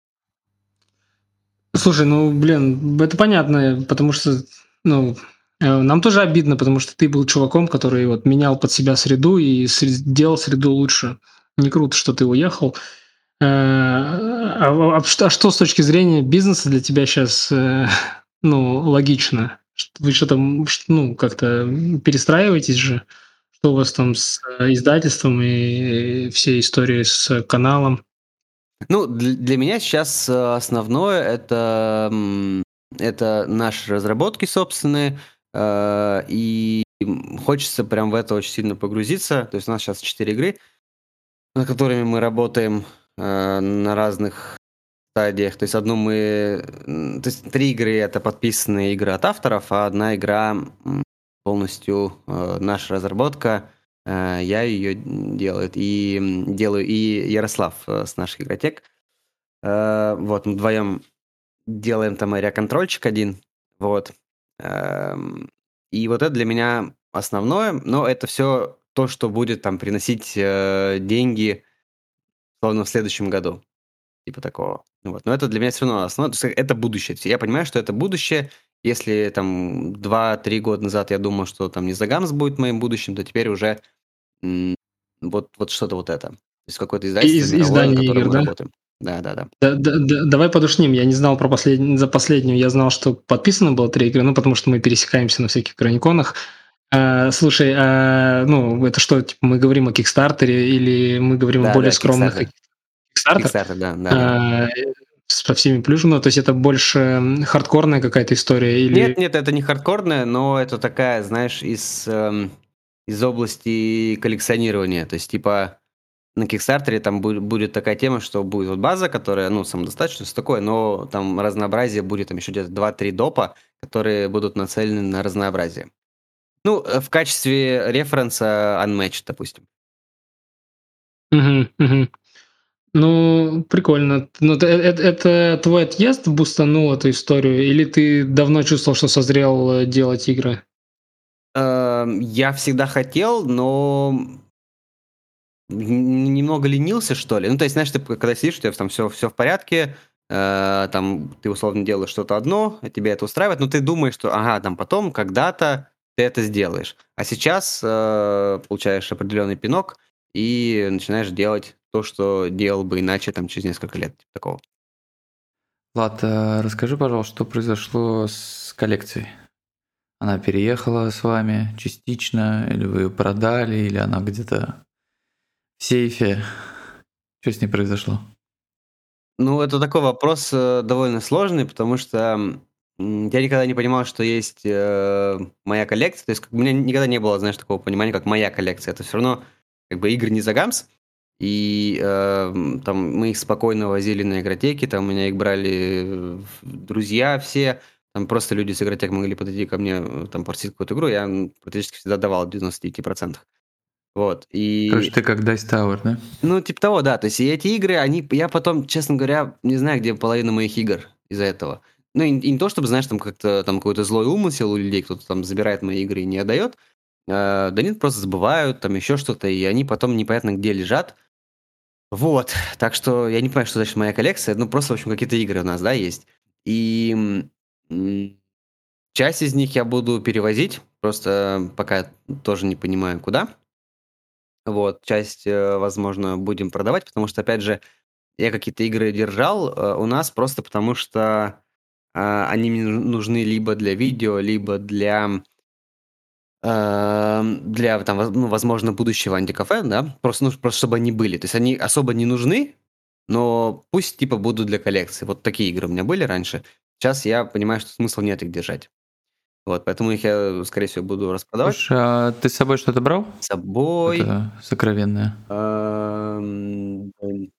Слушай, ну, блин, это понятно, потому что, ну, э, нам тоже обидно, потому что ты был чуваком, который вот менял под себя среду и сре- делал среду лучше. Не круто, что ты уехал. Э, А, а что, а что с точки зрения бизнеса для тебя сейчас, ну, логично? Ш- Вы что там, ш- ну, как-то перестраиваетесь же? Что у вас там с э, издательством и всей историей с каналом? Ну, для, для меня сейчас э, основное это, м, это наши разработки собственные, э, и м, хочется прям в это очень сильно погрузиться. То есть у нас сейчас четыре игры, над которыми мы работаем э, на разных стадиях. То есть одну мы... м, То есть три игры — это подписанные игры от авторов, а одна игра м, полностью э, наша разработка. Э, я ее делаю. И м, делаю и Ярослав э, с наших игротек. Э, вот, мы вдвоем делаем там area-контрольчик один. Вот. Эм, И вот это для меня основное, но это все то, что будет там приносить э, деньги, словно в следующем году. Типа такого. Вот. Но это для меня все равно основное. То есть это будущее. Я понимаю, что это будущее. Если там два-три года назад я думал, что там Низагамс будет моим будущим, то теперь уже м, вот, вот что-то вот это. То есть какое-то издательство Из мировое, над издания которым игр, мы да? работаем. Да, да, да. Да, да, да, давай подушним. Я не знал про последний, за последнюю. Я знал, что подписано было три игры, ну, потому что мы пересекаемся на всяких граниконах. А, слушай, а, ну, это что, типа, мы говорим о Кикстартере или мы говорим о Да, более да, скромных Kickstarter. каких-то Кикстартер? Kickstarter, да, да, да. А, со всеми плюшами, ну, то есть это больше м, хардкорная какая-то история Нет, или... нет, это не хардкорная, но это такая, знаешь, из, эм, из области коллекционирования. То есть, типа, на Кикстартере там бу- будет такая тема, что будет вот база, которая, ну, самодостаточно, все такое, но там разнообразие будет, там еще где-то два-три допа, которые будут нацелены на разнообразие. Ну, э, в качестве референса Unmatched, допустим. Мгм, мгм. Ну, прикольно. Ну, это, это- это твой отъезд бустанул эту историю, или ты давно чувствовал, что созрел э, делать игры? Эм, Я всегда хотел, но н- немного ленился, что ли. Ну, то есть, знаешь, ты когда сидишь, у тебя там все, все в порядке, э, там ты условно делаешь что-то одно, а тебе это устраивает, но ты думаешь, что, ага, там потом, когда-то ты это сделаешь. А сейчас э, получаешь определенный пинок и начинаешь делать то, что делал бы иначе там через несколько лет. Типа такого. Влад, а расскажи, пожалуйста, что произошло с коллекцией? Она переехала с вами частично, или вы ее продали, или она где-то в сейфе? Что с ней произошло? Ну, это такой вопрос э, довольно сложный, потому что м, я никогда не понимал, что есть э, моя коллекция. То есть как бы у меня никогда не было, знаешь, такого понимания, как моя коллекция. Это все равно как бы игры не Загамс. И э, м, там мы их спокойно возили на игротеки, там у меня их брали э, друзья все. Там просто люди с игротек могли подойти ко мне, э, там попросить какую-то игру, я м, практически всегда давал в девяноста девяти процентах. Вот. Короче, И ты как Dice Tower, да? ну, типа того, да. То есть и эти игры, они, я потом, честно говоря, не знаю, где половина моих игр из-за этого. Ну, и, и не то, чтобы, знаешь, там как-то там какой-то злой умысел у людей, кто-то там забирает мои игры и не отдает. Э, да нет, просто забывают, там еще что-то, и они потом непонятно где лежат. Вот. Так что я не понимаю, что значит моя коллекция. Ну, просто, в общем, какие-то игры у нас, да, есть. И м, часть из них я буду перевозить, просто пока тоже не понимаю, куда. Вот, часть, э, возможно, будем продавать, потому что, опять же, я какие-то игры держал э, у нас просто потому, что э, они мне ну- нужны либо для видео, либо для, э, для там, воз- ну, возможно, будущего антикафе, да, просто, ну, просто чтобы они были. То есть они особо не нужны, но пусть типа будут для коллекции. Вот такие игры у меня были раньше. Сейчас я понимаю, что смысла нет их держать. Вот, поэтому их я, скорее всего, буду распродавать. Слушай, а ты с собой что-то брал? С собой... Это сокровенное. эм, блин,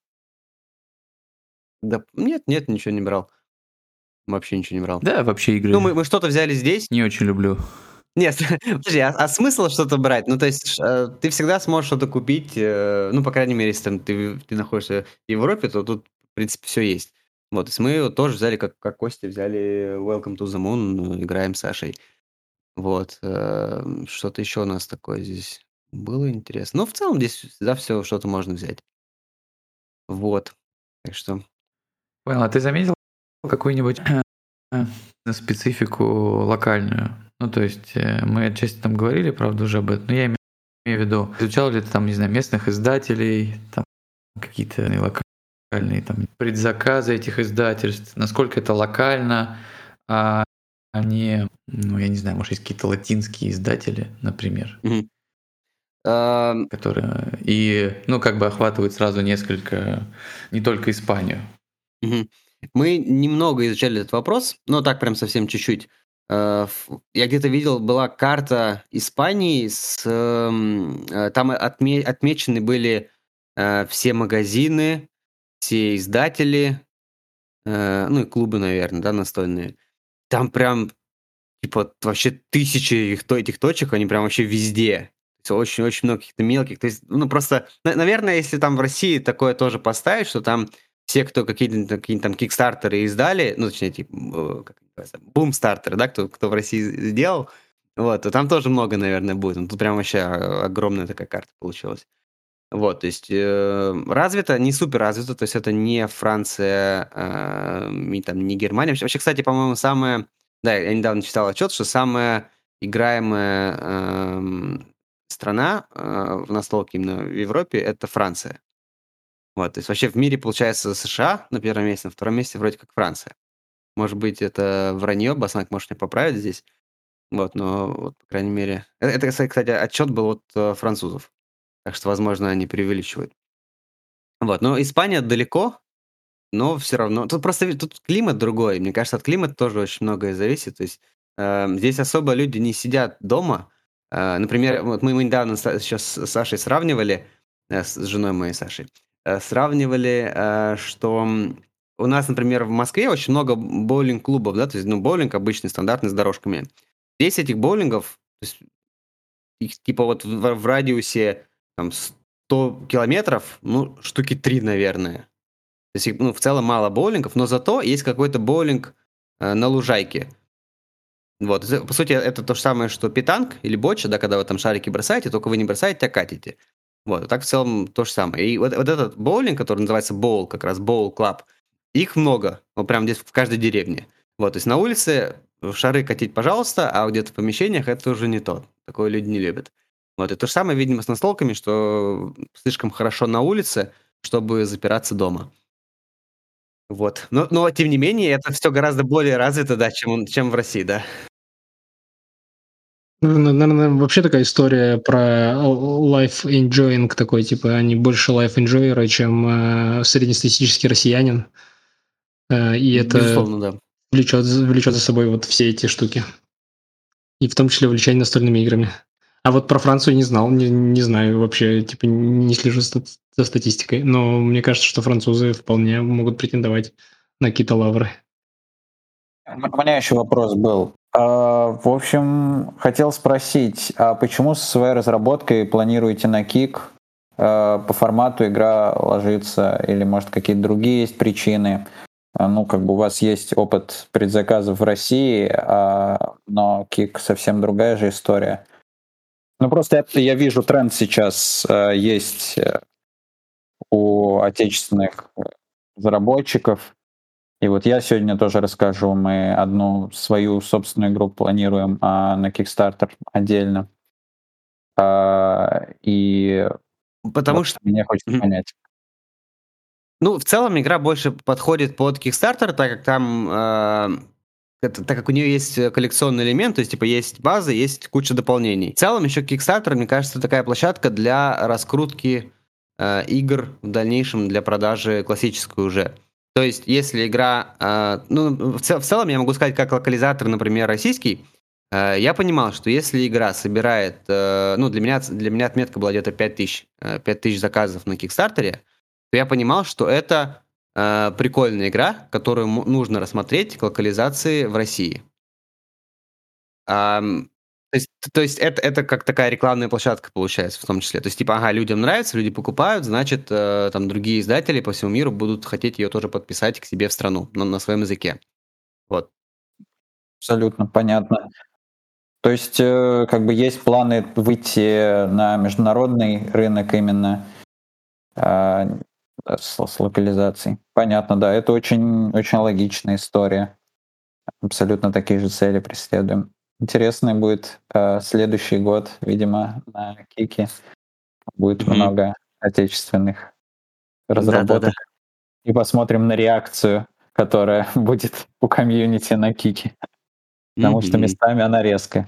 Да, нет, нет, ничего не брал. Вообще ничего не брал. Да, вообще игры Ну, мы, мы что-то взяли здесь. не очень люблю. Нет, подожди, а, а смысл что-то брать? Ну, то есть, ш- э, ты всегда сможешь что-то купить, э, ну, по крайней мере, если там ты, ты находишься в Европе, то тут, в принципе, все есть. Вот, то есть мы вот тоже взяли, как, как Костя, взяли Welcome to the Moon, ну, играем с Сашей. Вот, э, что-то еще у нас такое здесь было интересно. Ну, в целом здесь всегда все что-то можно взять. Вот, так что... Понял, а ты заметил какую-нибудь э, специфику локальную? Ну, то есть э, мы отчасти там говорили, правда, уже об этом, но я име- имею в виду, изучал ли ты там, не знаю, местных издателей, там какие-то локальные там предзаказы этих издательств, насколько это локально, а не, ну, я не знаю, может, есть какие-то латинские издатели, например, Мгм. Эм, которые и, ну, как бы охватывают сразу несколько, не только Испанию. Мгм. Мы немного изучали этот вопрос, но так прям совсем чуть-чуть. Э, ф- Я где-то видел, была карта Испании, с, эм, э, там отме- отмечены были э, все магазины, все издатели, э, ну и клубы, наверное, да, настольные. Там прям, типа, вообще тысячи их, то- этих точек, они прям вообще везде. То есть очень-очень много каких-то мелких. То есть, ну, просто, на- наверное, если там в России такое тоже поставить, что там все, кто какие-то такие там кикстартеры издали, ну, точнее, типа, э, как это называется, бумстартеры, да, кто, кто в России сделал, вот, то там тоже много, наверное, будет. Ну, тут прям вообще э, огромная такая карта получилась. Вот, то есть э, развито, не супер развито, то есть это не Франция, э, и там, не Германия. Вообще, вообще, кстати, по-моему, самая, да, я недавно читал отчет, что самая играемая эм, страна э, в настолке именно в Европе — это Франция. Вот, то есть вообще в мире, получается, США на первом месте, на втором месте вроде как Франция. Может быть, это вранье, Баснак может меня поправить здесь, вот, но вот, по крайней мере... Это, это, кстати, отчет был от э, французов, так что, возможно, они преувеличивают. Вот, но Испания далеко, но все равно. Тут просто ви- тут климат другой. Мне кажется, от климата тоже очень многое зависит. То есть эм, здесь особо люди не сидят дома. Э, например, вот мы, мы недавно сейчас с Сашей сравнивали, э, с женой моей Сашей, э, сравнивали, э, что м, у нас, например, в Москве очень много боулинг-клубов, да, то есть, ну, боулинг обычный, стандартный, с дорожками. Здесь этих боулингов, то есть, их типа вот в, в радиусе там сто километров, ну, штуки три, наверное. То есть, ну, в целом мало боулингов, но зато есть какой-то боулинг э, на лужайке. Вот, это, по сути, это то же самое, что питанг или боча, да, когда вы там шарики бросаете, только вы не бросаете, а катите. Вот, так в целом то же самое. И вот, вот этот боулинг, который называется боул, как раз боул клаб, их много, вот прям здесь в каждой деревне. Вот, то есть на улице шары катить, пожалуйста, а где-то в помещениях это уже не то. Такое люди не любят. Вот, и то же самое, видимо, с настолками, что слишком хорошо на улице, чтобы запираться дома. Вот. Но но тем не менее, это все гораздо более развито, да, чем он чем в России, да. Наверное, вообще такая история про life enjoying такой, типа они больше life enjoyer, чем э, среднестатистический россиянин. Э, и это Безусловно, да. влечет, влечет за собой вот все эти штуки. И в том числе увлечение настольными играми. А вот про Францию не знал, не, не знаю вообще, типа не слежу за, за статистикой. Но мне кажется, что французы вполне могут претендовать на какие-то лавры. У меня еще вопрос был. А, В общем, хотел спросить, а почему со своей разработкой планируете на Кик? А, По формату игра ложится или, может, какие-то другие есть причины? А, Ну, как бы у вас есть опыт предзаказов в России, а, но Кик совсем другая же история. Ну, просто я, я вижу тренд сейчас э, есть э, у отечественных э, разработчиков. И вот я сегодня тоже расскажу. Мы одну свою собственную игру планируем а, на Kickstarter отдельно. А, и Потому Вот что... мне хочется Мгм. понять. Ну, в целом игра больше подходит под Kickstarter, так как там, э, это, так как у нее есть э, коллекционный элемент, то есть типа есть база, есть куча дополнений. В целом еще Kickstarter, мне кажется, такая площадка для раскрутки э, игр в дальнейшем для продажи классической уже. То есть если игра, э, ну в, цел- в целом я могу сказать как локализатор, например, российский, э, я понимал, что если игра собирает, э, ну для меня для меня отметка была где-то пять тысяч, э, пять тысяч заказов на Кикстартере, то я понимал, что это э, прикольная игра, которую м- нужно рассмотреть к локализации в России. Ам, то есть, то есть это, это как такая рекламная площадка получается в том числе. То есть типа, ага, людям нравится, люди покупают, значит, э, там другие издатели по всему миру будут хотеть ее тоже подписать к себе в страну на, на своем языке. Вот. Абсолютно понятно. То есть, э, как бы есть планы выйти на международный рынок именно а, с, с локализацией. Понятно, да, это очень, очень логичная история. Абсолютно такие же цели преследуем. Интересный будет э, следующий год, видимо, на Кике будет Мгм. много отечественных Да-да-да. разработок. И посмотрим на реакцию, которая будет у комьюнити на Кике. Потому что Мгм. местами она резкая.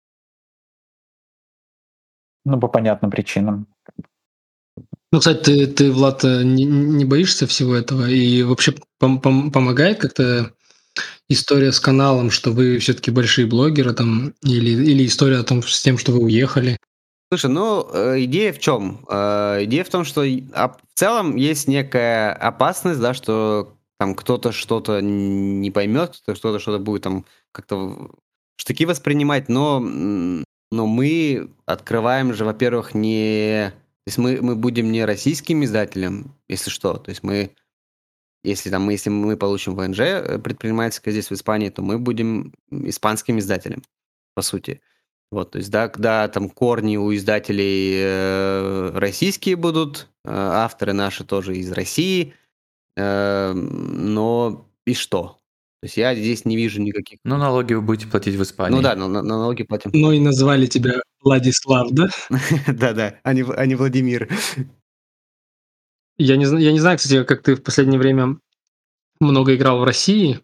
Ну, по понятным причинам. Ну, кстати, ты, ты Влад, э, не, не боишься всего этого? И вообще пом- пом- помогает как-то история с каналом, что вы все-таки большие блогеры там, или, или история о том, с тем, что вы уехали? Слушай, ну, э, идея в чем? Идея в том, что и- а, в целом есть некая опасность, да, что там кто-то что-то не поймет, кто-то что-то что-то будет там как-то в штыки воспринимать, но, м, но мы открываем же, во-первых, не... То есть мы, мы будем не российским издателем, если что. То есть мы, если там, мы, если мы получим ВНЖ э, предпринимательское здесь в Испании, то мы будем испанским издателем, по сути. Вот, то есть, да, когда там корни у издателей э, российские будут, э, авторы наши тоже из России, э, но и что? То есть я здесь не вижу никаких... Ну, налоги вы будете платить в Ну Испании. да, на- на- налоги платим. Ну и назвали тебя Владислав, да? Да-да, а не В- а не Владимир. Я не, зна- я не знаю, кстати, как ты в последнее время много играл в России,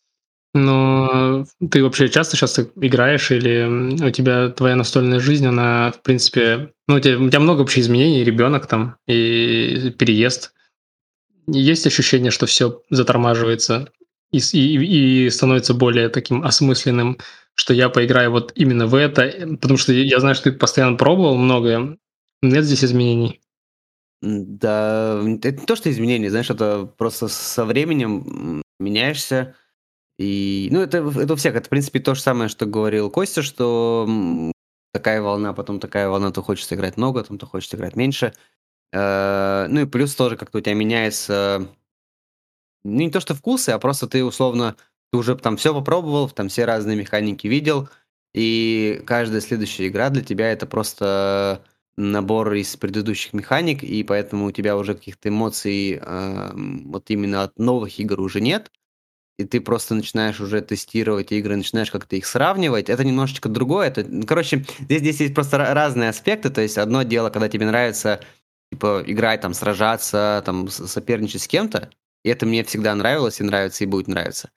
но ты вообще часто сейчас играешь, или м, у тебя твоя настольная жизнь, она, в принципе, ну, у тебя, у тебя много вообще изменений, ребенок там, и переезд. Есть ощущение, что все затормаживается и, с- и, и становится более таким осмысленным, что я поиграю вот именно в это, э, потому что я знаю, что ты постоянно пробовал многое. Нет здесь изменений. М, Да, это не то, что изменения, знаешь, это просто со временем м, меняешься. И, ну, это, это у всех, это, в принципе, то же самое, что говорил Костя, что м, такая волна, потом такая волна, то хочется играть много, там то хочется играть меньше. Э, Ну и плюс тоже как-то у тебя меняется, ну не то что вкусы, а просто ты условно, ты уже там все попробовал, там все разные механики видел, и каждая следующая игра для тебя это просто набор из предыдущих механик, и поэтому у тебя уже каких-то эмоций э, вот именно от новых игр уже нет, и ты просто начинаешь уже тестировать игры, начинаешь как-то их сравнивать. Это немножечко другое. Это, ну, короче, здесь, здесь есть просто ra- разные аспекты. То есть одно дело, когда тебе нравится типа играть, там, сражаться, там, с- соперничать с кем-то. И это мне всегда нравилось, и нравится, и будет нравиться.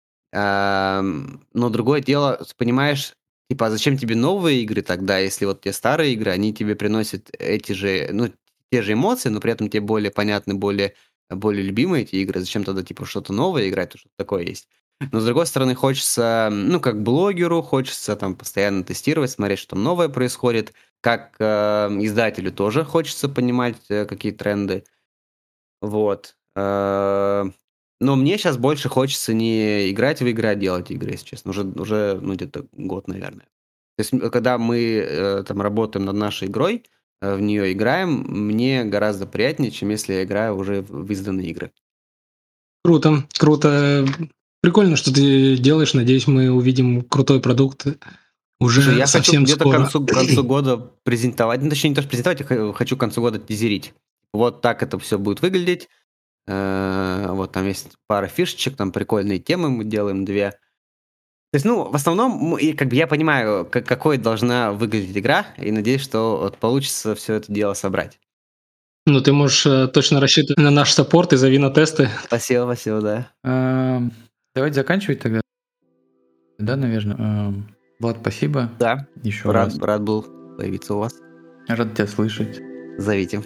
Ам, Но другое дело, ты понимаешь, типа, а зачем тебе новые игры тогда, если вот те старые игры, они тебе приносят эти же, ну, те же эмоции, но при этом тебе более понятны, более, более любимые эти игры. Зачем тогда, типа, что-то новое играть, то что-то такое есть. Но, с другой стороны, хочется, ну, как блогеру, хочется там постоянно тестировать, смотреть, что там новое происходит. Как э, издателю тоже хочется понимать, э, какие тренды. Вот. Э, Но мне сейчас больше хочется не играть в игры, а делать игры, если честно. Уже, уже ну, где-то год, наверное. То есть, м, когда мы э, там работаем над нашей игрой, э, в нее играем, мне гораздо приятнее, чем если я играю уже в в изданные игры. Круто, круто. Прикольно, что ты делаешь. Надеюсь, мы увидим крутой продукт Слушай, уже я хочу совсем где-то к скоро. концу, к концу года презентовать, ну, точнее, не то, что презентовать, я х- хочу к концу года тизерить. Вот так это все будет выглядеть. Э, Вот там есть пара фишечек, там прикольные темы мы делаем, две. То есть, ну, в основном, м, и как бы я понимаю, как, какой должна выглядеть игра, и надеюсь, что вот получится все это дело собрать. Ну, ты можешь э, точно рассчитывать на наш саппорт и зови на тесты. Спасибо, спасибо, да. Эм, Давайте заканчивать тогда. Да, наверное. Эм, Влад, спасибо. Да, Еще раз. рад, рад был появиться у вас. Рад тебя слышать. Зовите.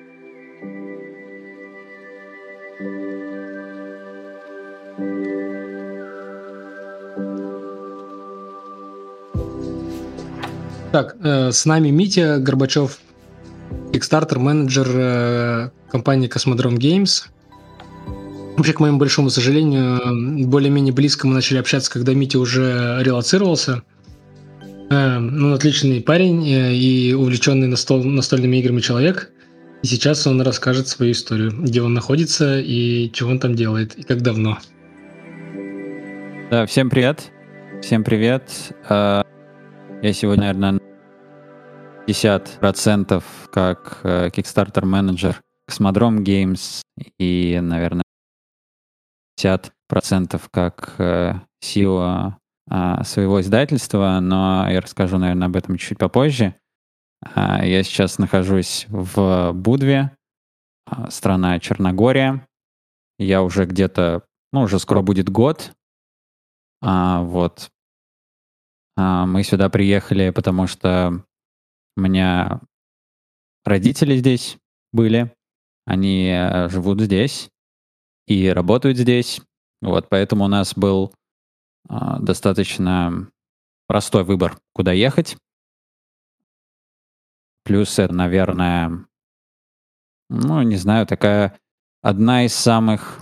Так, э, с нами Митя Горбачев, Kickstarter, менеджер э, компании Cosmodrome Games. Вообще, к моему большому сожалению, более-менее близко мы начали общаться, когда Митя уже релоцировался. Э, ну, отличный парень э, и увлеченный настол, настольными играми человек. И сейчас он расскажет свою историю, где он находится и чего он там делает, и как давно. Да, всем привет. Всем привет. Э, Я сегодня, наверное, пятьдесят процентов как э, Kickstarter менеджер Cosmodrome Games и, наверное, пятьдесят процентов как э, си и о э, своего издательства, но я расскажу, наверное, об этом чуть попозже. Э, Я сейчас нахожусь в Будве, э, страна Черногория. Я уже где-то, ну, уже скоро будет год. А, вот. А, Мы сюда приехали, потому что у меня родители здесь были, они э, живут здесь и работают здесь. Вот, поэтому у нас был а, достаточно простой выбор, куда ехать. Плюс это, наверное, ну, не знаю, такая одна из самых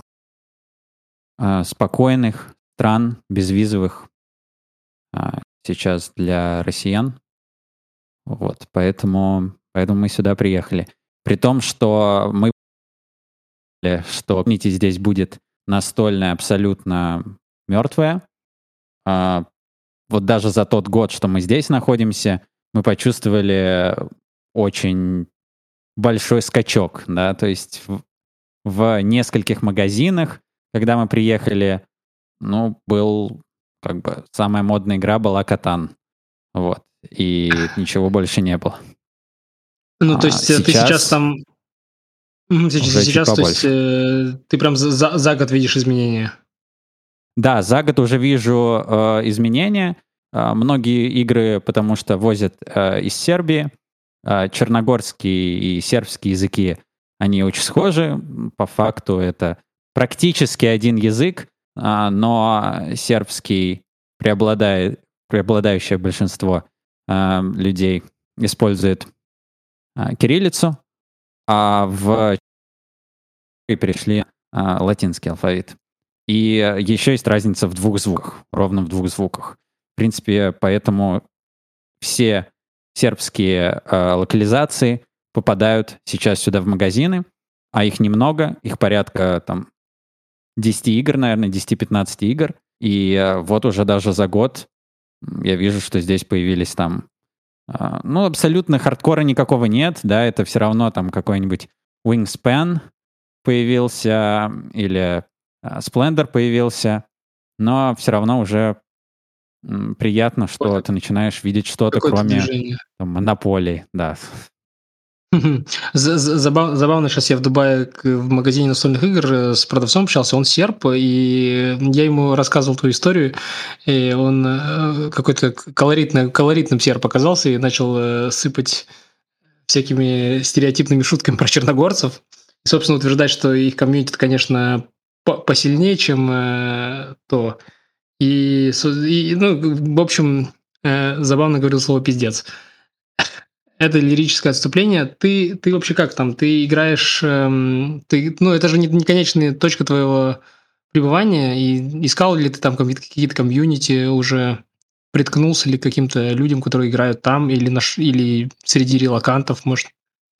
а, спокойных стран безвизовых а, сейчас для россиян. Вот, поэтому, поэтому мы сюда приехали. При том, что мы поняли, что комьюнити здесь будет настольная абсолютно мертвая. А, вот даже за тот год, что мы здесь находимся, мы почувствовали очень большой скачок, да, то есть в, в нескольких магазинах, когда мы приехали, ну, был, как бы, самая модная игра была Катан, вот, и ничего больше не было. Ну, то А, есть э, ты сейчас сейчас там... Мгм, Сейчас, уже чуть сейчас, то есть, побольше. э, ты прям за, за- за год видишь изменения. Да, за год уже вижу э, изменения. Э, многие игры, потому что возят э, из Сербии. Э, черногорские и сербские языки, они очень схожи. По факту это практически один язык, э, но сербский преобладает, преобладающее большинство э, людей использует э, кириллицу, а в перешли э, латинский алфавит. И э, еще есть разница в двух звуках, ровно в двух звуках. В принципе, поэтому все сербские э, локализации попадают сейчас сюда в магазины, а их немного, их порядка там десять игр, наверное, десять-пятнадцать игр. И э, вот уже даже за год м, я вижу, что здесь появились там, э, ну, абсолютно хардкора никакого нет, да, это все равно там какой-нибудь Wingspan появился или э, Splendor появился, но все равно уже м, приятно, что Какое-то- ты начинаешь видеть что-то, Какое-то кроме движение. там, монополий, да. За- за- забав- Забавно, сейчас я в Дубае к- в магазине настольных игр э, с продавцом общался, он серб, и я ему рассказывал ту историю, и он э, какой-то колоритный, колоритным серб оказался и начал э, сыпать всякими стереотипными шутками про черногорцев. И, собственно, утверждать, что их комьюнити, конечно, по- посильнее, чем э, то. И, со- и, ну, в общем, э, забавно говорил слово «пиздец». Это лирическое отступление. Ты, ты вообще как там? Ты играешь... эм, ты, ну, это же не, не конечная точка твоего пребывания. И искал ли ты там ком- какие-то комьюнити уже? Приткнулся ли к каким-то людям, которые играют там? Или, наш, или среди релокантов, может?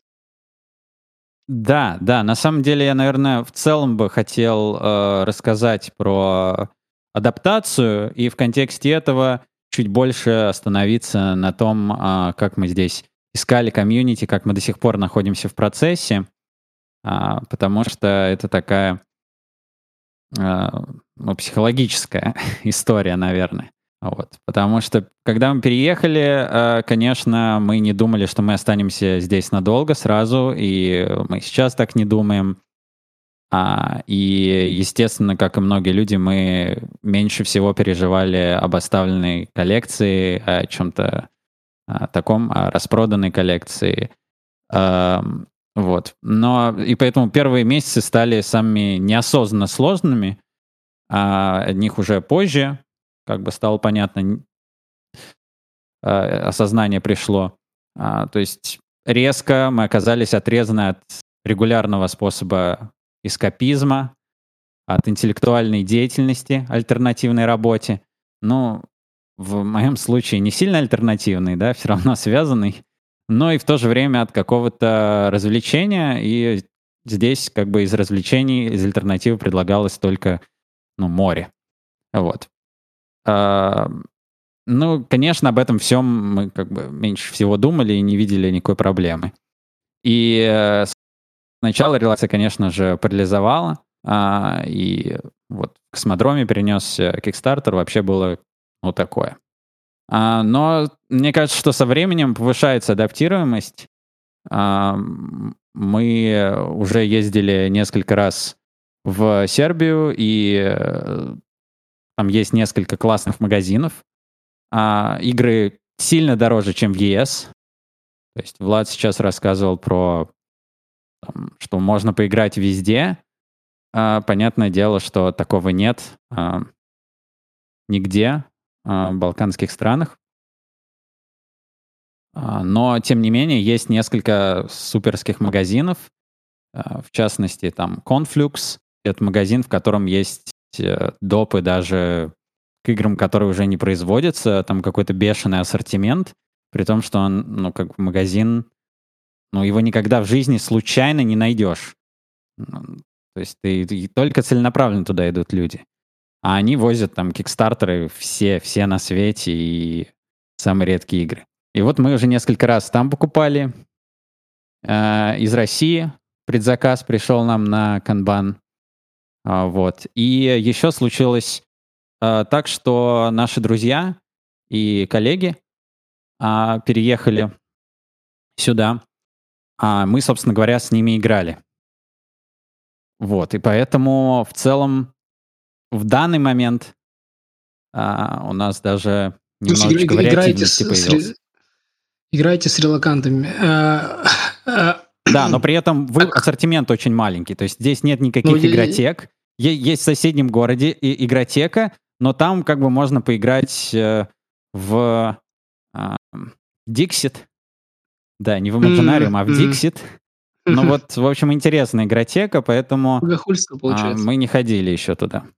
Да, да, на самом деле я, наверное, в целом бы хотел э, рассказать про адаптацию и в контексте этого чуть больше остановиться на том, э, как мы здесь искали комьюнити, как мы до сих пор находимся в процессе, а, потому что это такая э, ну, психологическая история, наверное. Вот. Потому что, когда мы переехали, конечно, мы не думали, что мы останемся здесь надолго сразу, и мы сейчас так не думаем. А, и, естественно, как и многие люди, мы меньше всего переживали об оставленной коллекции, о чем-то о таком, о распроданной коллекции. А, вот. Но и поэтому первые месяцы стали самыми неосознанно сложными, а от них уже позже как бы стало понятно, осознание пришло. А, то есть резко мы оказались отрезаны от регулярного способа эскапизма, от интеллектуальной деятельности, альтернативной работе. Ну, в моем случае не сильно альтернативный, да, все равно связанный, но и в то же время от какого-то развлечения. И здесь как бы из развлечений, из альтернативы предлагалось только, ну, море. Вот. А, ну, конечно, об этом всем мы как бы меньше всего думали и не видели никакой проблемы. И э, сначала релация, конечно же, парализовала, а, и вот в космодроме перенесся Kickstarter, вообще было вот такое. А, но мне кажется, что со временем повышается адаптируемость. А, мы уже ездили несколько раз в Сербию, и там есть несколько классных магазинов. А, игры сильно дороже, чем в ЕС. То есть Влад сейчас рассказывал про, там, что можно поиграть везде. А, понятное дело, что такого нет а, нигде а, в балканских странах. А, но, тем не менее, есть несколько суперских магазинов. А, в частности, там Conflux. Это магазин, в котором есть допы даже к играм, которые уже не производятся. Там какой-то бешеный ассортимент. При том, что он, ну, как магазин, ну, его никогда в жизни случайно не найдешь. То есть ты, ты, только целенаправленно туда идут люди. А они возят там кикстартеры все, все на свете и самые редкие игры. И вот мы уже несколько раз там покупали. Э, из России предзаказ пришел нам на Kanban. А, вот. И еще случилось э, так, что наши друзья и коллеги э, переехали сюда. А мы, собственно говоря, с ними играли. Вот. И поэтому в целом в данный момент а, у нас даже немножечко Игра, вариативности с, появилось. С, играете с релокантами. А, а, да, но при этом вы, ассортимент очень маленький. То есть здесь нет никаких ну, игротек. Я... Есть в соседнем городе и игротека, но там как бы можно поиграть э, в э, Dixit. Да, не в Imaginarium, mm-hmm. а в Dixit. Ну вот, в общем, интересная игротека, поэтому а, мы не ходили еще туда.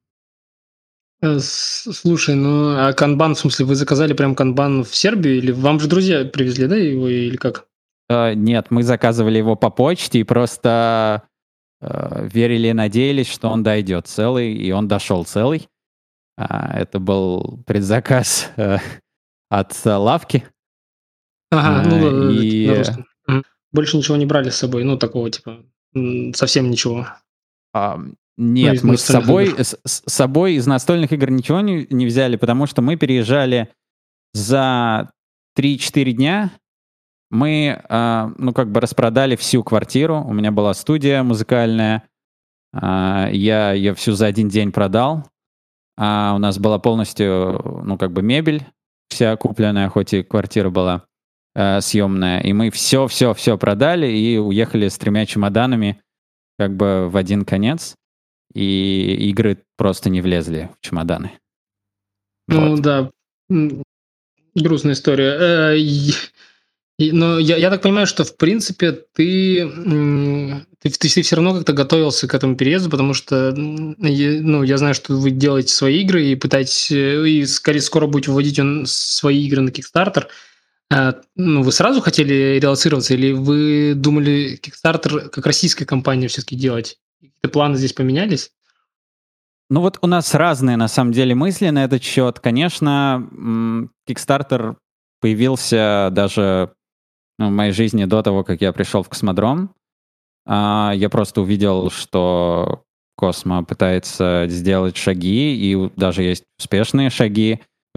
Слушай, ну а канбан, в смысле, вы заказали прям канбан в Сербию? Или вам же друзья привезли, да, его, или как? А, нет, мы заказывали его по почте и просто а, верили и надеялись, что он дойдет целый, и он дошел целый. А, это был предзаказ а, от а, лавки. Ага, а, ну да, и... на русском. Больше ничего не брали с собой, ну, такого, типа, совсем ничего. А, нет, ну, мы с собой, с, с собой из настольных игр ничего не, не взяли, потому что мы переезжали за три-четыре дня. Мы, а, ну, как бы распродали всю квартиру. У меня была студия музыкальная. А, я ее всю за один день продал. А у нас была полностью, ну, как бы мебель вся купленная, хоть и квартира была съемная, и мы все-все-все продали и уехали с тремя чемоданами как бы в один конец, и игры просто не влезли в чемоданы. Ну вот. Да, грустная история. Но я, я так понимаю, что в принципе ты, ты, ты все равно как-то готовился к этому переезду, потому что ну, я знаю, что вы делаете свои игры и пытаетесь, и скорее скоро будете выводить свои игры на Kickstarter. А, ну, вы сразу хотели релоцироваться, или вы думали Kickstarter как российская компания все-таки делать? Какие-то планы здесь поменялись? Ну вот у нас разные, на самом деле, мысли на этот счет. Конечно, Kickstarter появился даже ну, в моей жизни до того, как я пришел в Космодром. А, я просто увидел, что Космо пытается сделать шаги, и даже есть успешные шаги в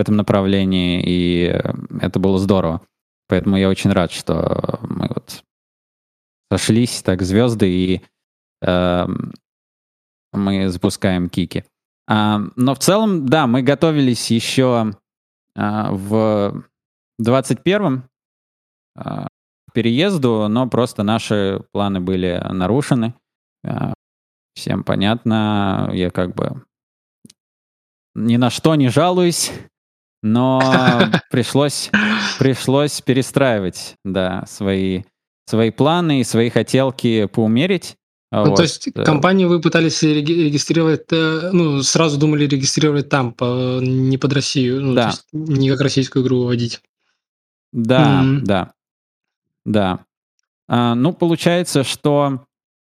этом направлении, и это было здорово. Поэтому я очень рад, что мы вот сошлись, так, звезды, и э, мы запускаем кики. А, но в целом, да, мы готовились еще а, в двадцать первом а, к переезду, но просто наши планы были нарушены. А, всем понятно, я как бы ни на что не жалуюсь, но пришлось, пришлось перестраивать, да, свои, свои планы и свои хотелки поумерить. Ну, Вот. то есть компанию вы пытались реги- регистрировать, э, ну, сразу думали регистрировать там, по, не под Россию, ну, Да. то есть не как российскую игру выводить. Да, Мгм. да, да. А, ну, получается, что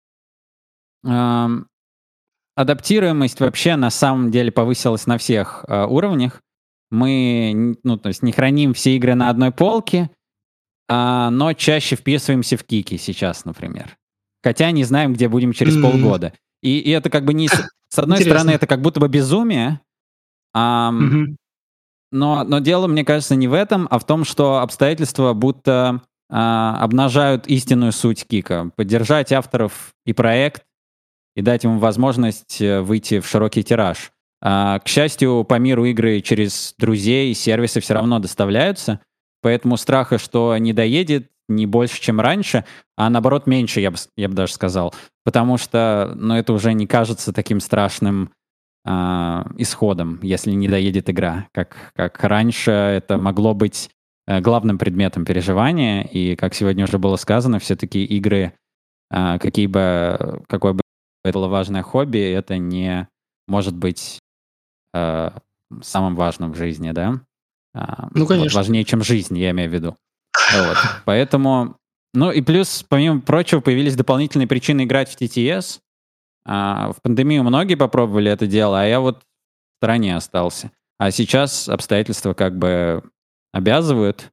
ам, адаптируемость вообще на самом деле повысилась на всех а, уровнях. Мы, н- ну, то есть не храним все игры на одной полке, а, но чаще вписываемся в кики сейчас, например. Хотя не знаем, где будем через М. полгода. И, и это как бы не... С с одной Интересно. стороны, это как будто бы безумие, ам, Мгм. но, но дело, мне кажется, не в этом, а в том, что обстоятельства будто а, обнажают истинную суть кика. Поддержать авторов и проект, и дать ему возможность э, выйти в широкий тираж. А, к счастью, по миру игры через друзей и сервисы все равно доставляются, поэтому страха, что не доедет, не больше, чем раньше, а наоборот меньше, я бы, с- я бы даже сказал. Потому что ну, это уже не кажется таким страшным а, исходом, если не доедет игра. Как, как раньше это могло быть э, главным предметом переживания, и, как сегодня уже было сказано, все-таки игры, а, какие бы, какое бы это было важное хобби, это не может быть э, самым важным в жизни, да? А, Ну, вот, конечно. важнее, чем жизнь, я имею в виду. Вот. Поэтому, ну и плюс, помимо прочего, появились дополнительные причины играть в ти ти эс. А, в пандемию многие попробовали это дело, а я вот в стороне остался. А сейчас обстоятельства как бы обязывают.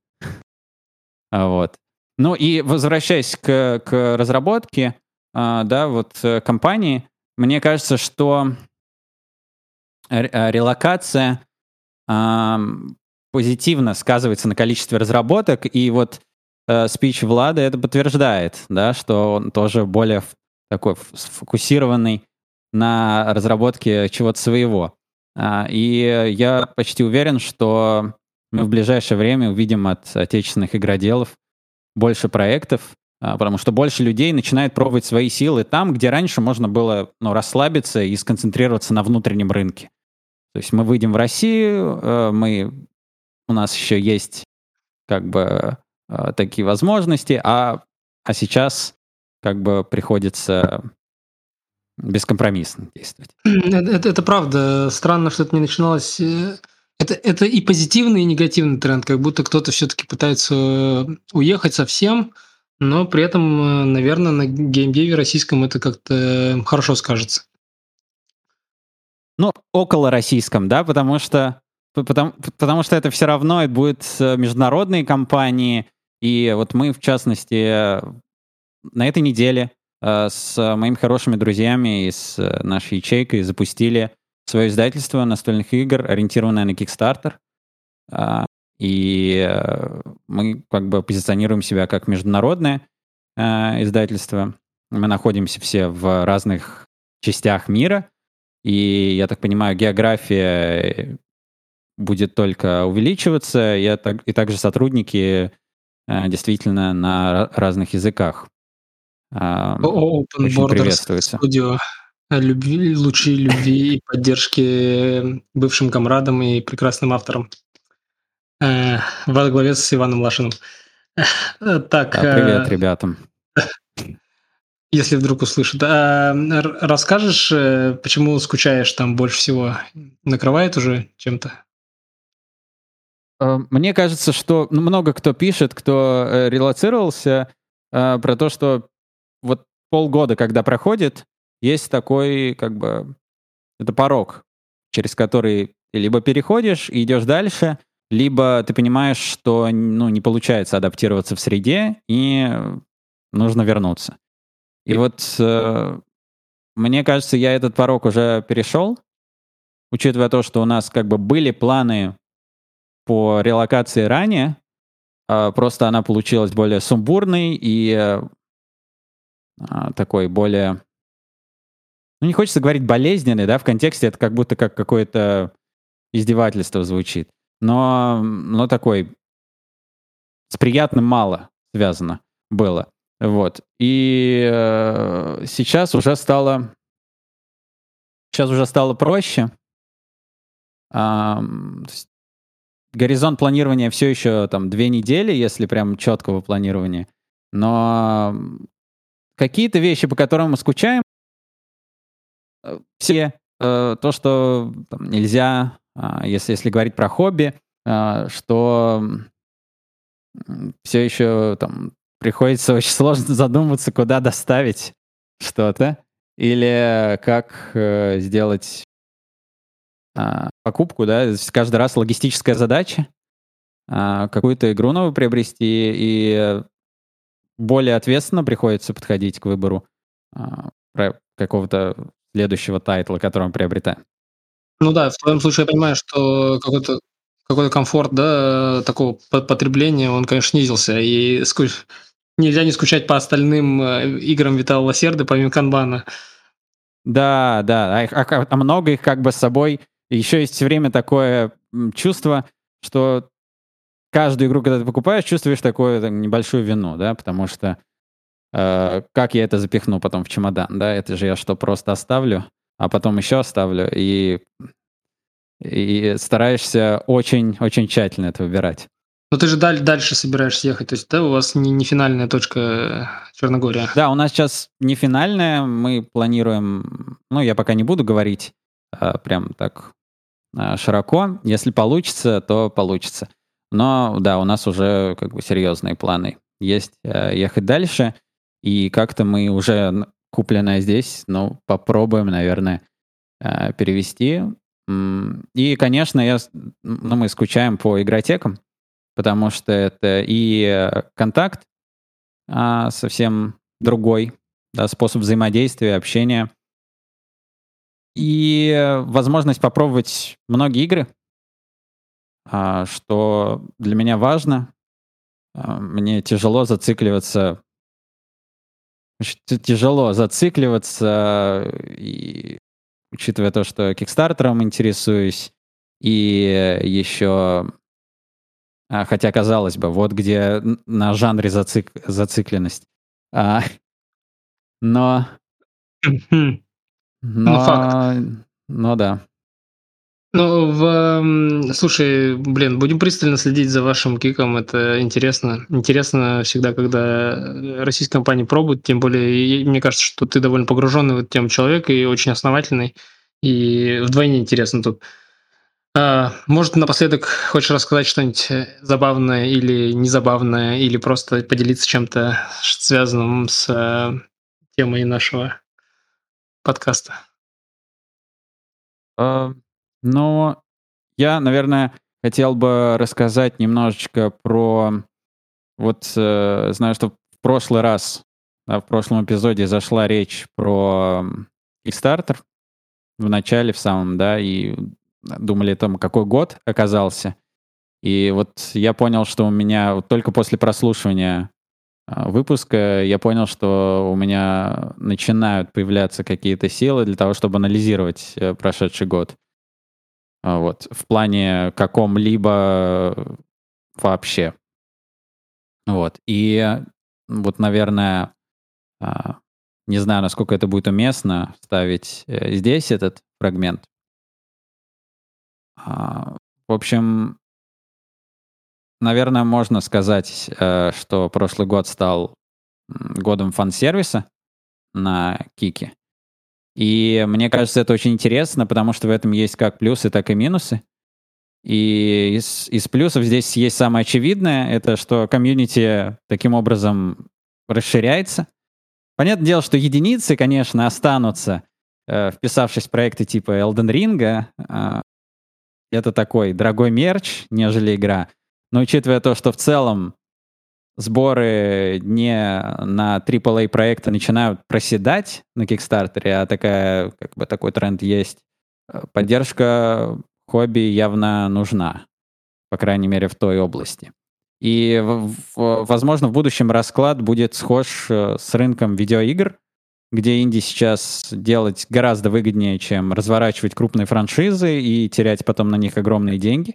А, Вот. Ну и возвращаясь к, к разработке, а, да, вот э, компании, мне кажется, что ре- а, релокация ам, позитивно сказывается на количестве разработок, и вот э, спич Влада это подтверждает, да, что он тоже более ф- такой ф- сфокусированный на разработке чего-то своего. А, и я почти уверен, что мы в ближайшее время увидим от отечественных игроделов больше проектов, а, потому что больше людей начинает пробовать свои силы там, где раньше можно было ну, расслабиться и сконцентрироваться на внутреннем рынке. То есть мы выйдем в Россию, э, мы, у нас еще есть как бы э, такие возможности, а, а сейчас как бы приходится бескомпромиссно действовать. Это, это- это правда. Странно, что это не начиналось. э, Это, это и позитивный, и негативный тренд, как будто кто-то все-таки пытается э, уехать совсем, но при этом, э, наверное, на геймдеве российском это как-то э, хорошо скажется. Ну, около российском, да, потому что, п- потому, потому что это все равно и будут э, международные компании, и вот мы, в частности, э, на этой неделе э, с моими хорошими друзьями и с э, нашей ячейкой запустили свое издательство настольных игр, ориентированное на Kickstarter. А, И э, мы как бы позиционируем себя как международное э, издательство. Мы находимся все в разных частях мира. И, я так понимаю, география будет только увеличиваться, и, так- и также сотрудники э, действительно на ра- разных языках. А, О- Open Очень Borders приветствуется. Studio. О любви, лучшей любви и поддержке бывшим комрадам и прекрасным авторам. Э, Во главе с Иваном Лашиным. Э, Так, Да, привет э, ребятам. если вдруг услышат. А, р- расскажешь, э, почему скучаешь там больше всего? Накрывает уже чем-то? Э, Мне кажется, что ну, много кто пишет, кто э, релоцировался, э, про то, что вот полгода, когда проходит, есть такой, как бы, это порог, через который ты либо переходишь и идешь дальше, либо ты понимаешь, что ну, не получается адаптироваться в среде, и э, нужно вернуться. И вот э, мне кажется, я этот порог уже перешел, учитывая то, что у нас как бы были планы по релокации ранее, просто она получилась более сумбурной и такой более... Ну, не хочется говорить болезненный, да, в контексте это как будто как какое-то издевательство звучит. Но, но такой с приятным мало связано было. Вот. И э, сейчас уже стало... Сейчас уже стало проще. А, горизонт планирования все еще там две недели, если прям четкого планирования. Но какие-то вещи, по которым мы скучаем, все, э, то, что там, нельзя, э, если, если говорить про хобби, э, что все еще там приходится очень сложно задумываться, куда доставить что-то, или как э, сделать э, покупку, да, каждый раз логистическая задача, э, какую-то игру новую приобрести, и более ответственно приходится подходить к выбору э, какого-то следующего тайтла, который мы приобретаем. Ну да, в твоем случае я понимаю, что какой-то какой-то комфорт, да, такого потребления, он, конечно, снизился. И скуч... нельзя не скучать по остальным играм Витала Лассерды, помимо канбана. Да, да, а, а, а много их как бы с собой. Еще есть все время такое чувство, что каждую игру, когда ты покупаешь, чувствуешь такую там, небольшую вину, да, потому что э, как я это запихну потом в чемодан, да, это же я что, просто оставлю, а потом еще оставлю, и, и стараешься очень-очень тщательно это выбирать. Но ты же даль- дальше собираешься ехать, то есть, да, у вас не, не финальная точка Черногория? Да, у нас сейчас не финальная, мы планируем, ну, я пока не буду говорить а, прям так а, широко, если получится, то получится. Но, да, у нас уже как бы серьезные планы есть а, ехать дальше, и как-то мы уже купленное здесь, ну, попробуем, наверное, а, перевести. И, конечно, я, ну, мы скучаем по игротекам, потому что это и контакт а, совсем другой, да, способ взаимодействия, общения, и возможность попробовать многие игры, а, что для меня важно. А, мне тяжело зацикливаться, тяжело зацикливаться, и, учитывая то, что Кикстартером интересуюсь, и еще... Хотя, казалось бы, вот где на жанре зацик... зацикленность. А, но... но... Ну, факт. Ну, да. Ну, в... слушай, блин, будем пристально следить за вашим киком, это интересно. Интересно всегда, когда российские компании пробуют, тем более, мне кажется, что ты довольно погруженный в эту тему человек и очень основательный, и вдвойне интересно тут. А, может, напоследок хочешь рассказать что-нибудь забавное или незабавное, или просто поделиться чем-то связанным с а, темой нашего подкаста? Uh, ну, я, наверное, хотел бы рассказать немножечко про... Вот, э, знаю, что в прошлый раз, да, в прошлом эпизоде зашла речь про Kickstarter в начале, в самом, да, и думали там, какой год оказался. И вот я понял, что у меня вот только после прослушивания выпуска я понял, что у меня начинают появляться какие-то силы для того, чтобы анализировать прошедший год. Вот. В плане каком-либо вообще. Вот. И вот, наверное, не знаю, насколько это будет уместно ставить здесь этот фрагмент. В общем, наверное, можно сказать, что прошлый год стал годом фан-сервиса на Кике. И мне кажется, это очень интересно, потому что в этом есть как плюсы, так и минусы. И из, из плюсов здесь есть самое очевидное, это что комьюнити таким образом расширяется. Понятное дело, что единицы, конечно, останутся, э, вписавшись в проекты типа Elden Ring. Э, это такой дорогой мерч, нежели игра. Но учитывая то, что в целом сборы не на трипл эй проекты начинают проседать на Кикстартере, а такая, как бы такой тренд есть, поддержка хобби явно нужна. по крайней мере, в той области. И, в, в, возможно, в будущем расклад будет схож с рынком видеоигр, где инди сейчас делать гораздо выгоднее, чем разворачивать крупные франшизы и терять потом на них огромные деньги.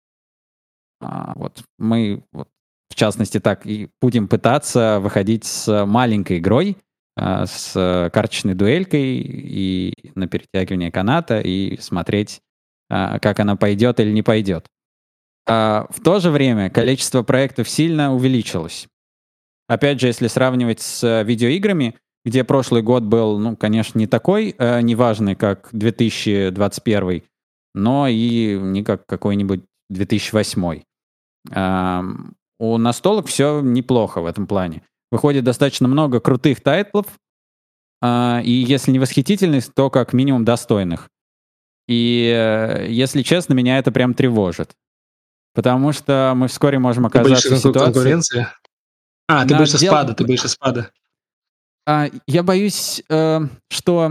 А, вот мы, вот, в частности, так и будем пытаться выходить с маленькой игрой, а, с карточной дуэлькой и на перетягивание каната, и смотреть, а, как она пойдет или не пойдет. А в то же время количество проектов сильно увеличилось. Опять же, если сравнивать с видеоиграми, где прошлый год был, ну, конечно, не такой э, неважный, как две тысячи двадцать первый, но и не как какой-нибудь две тысячи восьмой. Э, у настолок все неплохо в этом плане. Выходит достаточно много крутых тайтлов, э, и если не восхитительных, то как минимум достойных. И, э, если честно, меня это прям тревожит. Потому что мы вскоре можем оказаться в ситуации... конкуренции? А, ты боишься дел... спада, ты боишься спада. А, я боюсь, э, что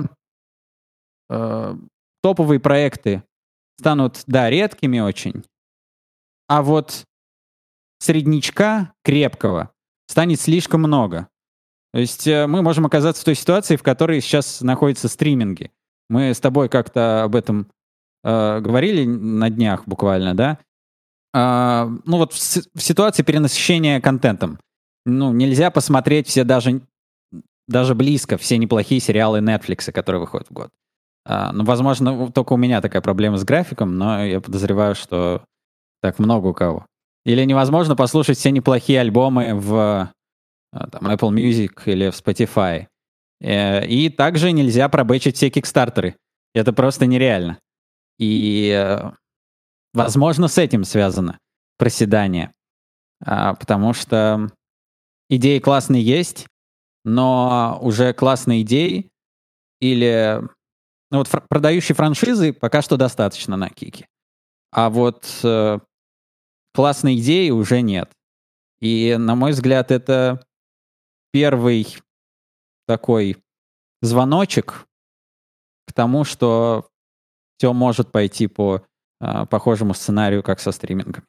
э, топовые проекты станут, да, редкими очень, а вот среднячка крепкого станет слишком много. То есть э, мы можем оказаться в той ситуации, в которой сейчас находятся стриминги. Мы с тобой как-то об этом э, говорили на днях буквально, да? Э, ну вот в, в ситуации перенасыщения контентом. Ну, нельзя посмотреть все даже... даже близко все неплохие сериалы Netflix, которые выходят в год. А, ну, возможно, только у меня такая проблема с графиком, но я подозреваю, что так много у кого. Или невозможно послушать все неплохие альбомы в там, Apple Music или в Spotify. И также нельзя пробэчить все кикстартеры. Это просто нереально. И, возможно, с этим связано проседание. Потому что идеи классные есть, но уже классные идеи или ну вот фр- продающие франшизы пока что достаточно на Кике. А вот э, классной идеи уже нет. И, на мой взгляд, это первый такой звоночек к тому, что все может пойти по э, похожему сценарию, как со стримингом.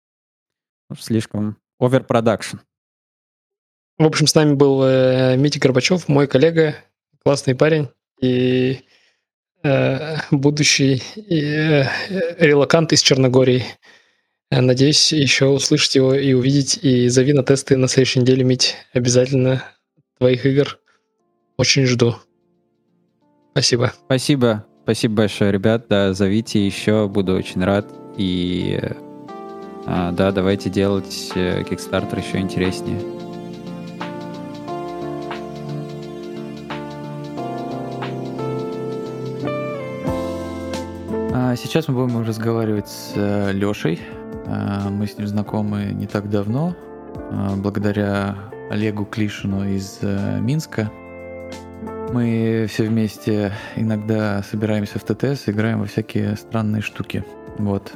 Слишком оверпродакшн. В общем, с нами был э, Митя Горбачев, мой коллега, классный парень и э, будущий э, релокант из Черногории. Надеюсь, еще услышать его и увидеть, и зови на тесты на следующей неделе, Мить. Обязательно твоих игр очень жду. Спасибо. Спасибо. Спасибо большое, ребят. Да, зовите еще, буду очень рад. И а, да, давайте делать Kickstarter еще интереснее. Сейчас мы будем разговаривать с Лешей. Мы с ним знакомы не так давно, благодаря Олегу Клишину из Минска. Мы все вместе иногда собираемся в ТТС, играем во всякие странные штуки. Вот.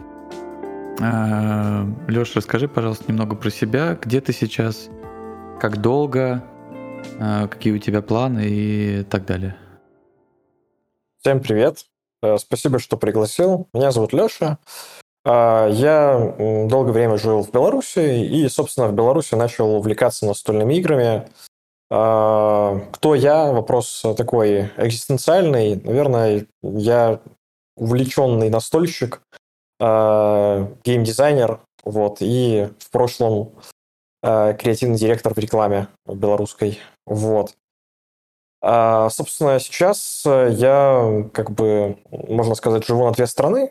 Леша, расскажи, пожалуйста, немного про себя. Где ты сейчас? Как долго? Какие у тебя планы и так далее? Всем привет. Спасибо, что пригласил. Меня зовут Леша. Я долгое время жил в Беларуси и, собственно, в Беларуси начал увлекаться настольными играми. Кто я? Вопрос такой экзистенциальный. Наверное, я увлеченный настольщик, геймдизайнер, вот, и в прошлом креативный директор в рекламе белорусской. Вот. А, собственно, сейчас я, как бы, можно сказать, живу на две страны.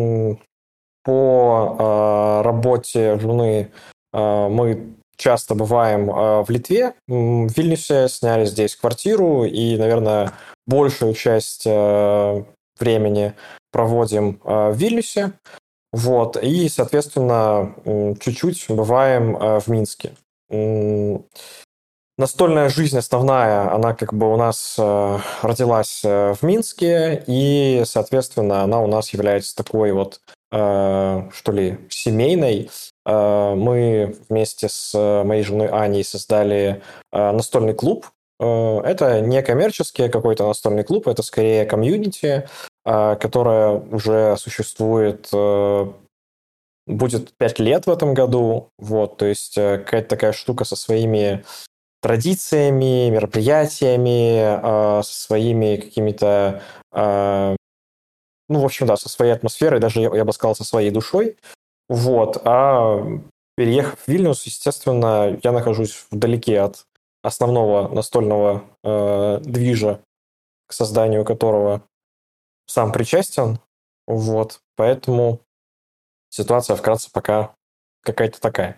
По а, работе жены а, мы часто бываем а, в Литве, в Вильнюсе, сняли здесь квартиру и, наверное, большую часть а, времени проводим а, в Вильнюсе. Вот, и, соответственно, чуть-чуть бываем а, в Минске. Настольная жизнь основная, она как бы у нас э, родилась э, в Минске, и, соответственно, она у нас является такой вот, э, что ли, семейной. Э, мы вместе с моей женой Аней создали э, настольный клуб. Э, это не коммерческий какой-то настольный клуб, это скорее комьюнити, э, которое уже существует э, будет пять лет в этом году, вот, то есть э, какая-то такая штука со своими традициями, мероприятиями, э, со своими какими-то, э, ну, в общем, да, со своей атмосферой, даже, я, я бы сказал, со своей душой, вот, а переехав в Вильнюс, естественно, я нахожусь вдалеке от основного настольного э, движа, к созданию которого сам причастен, вот, поэтому ситуация вкратце пока какая-то такая.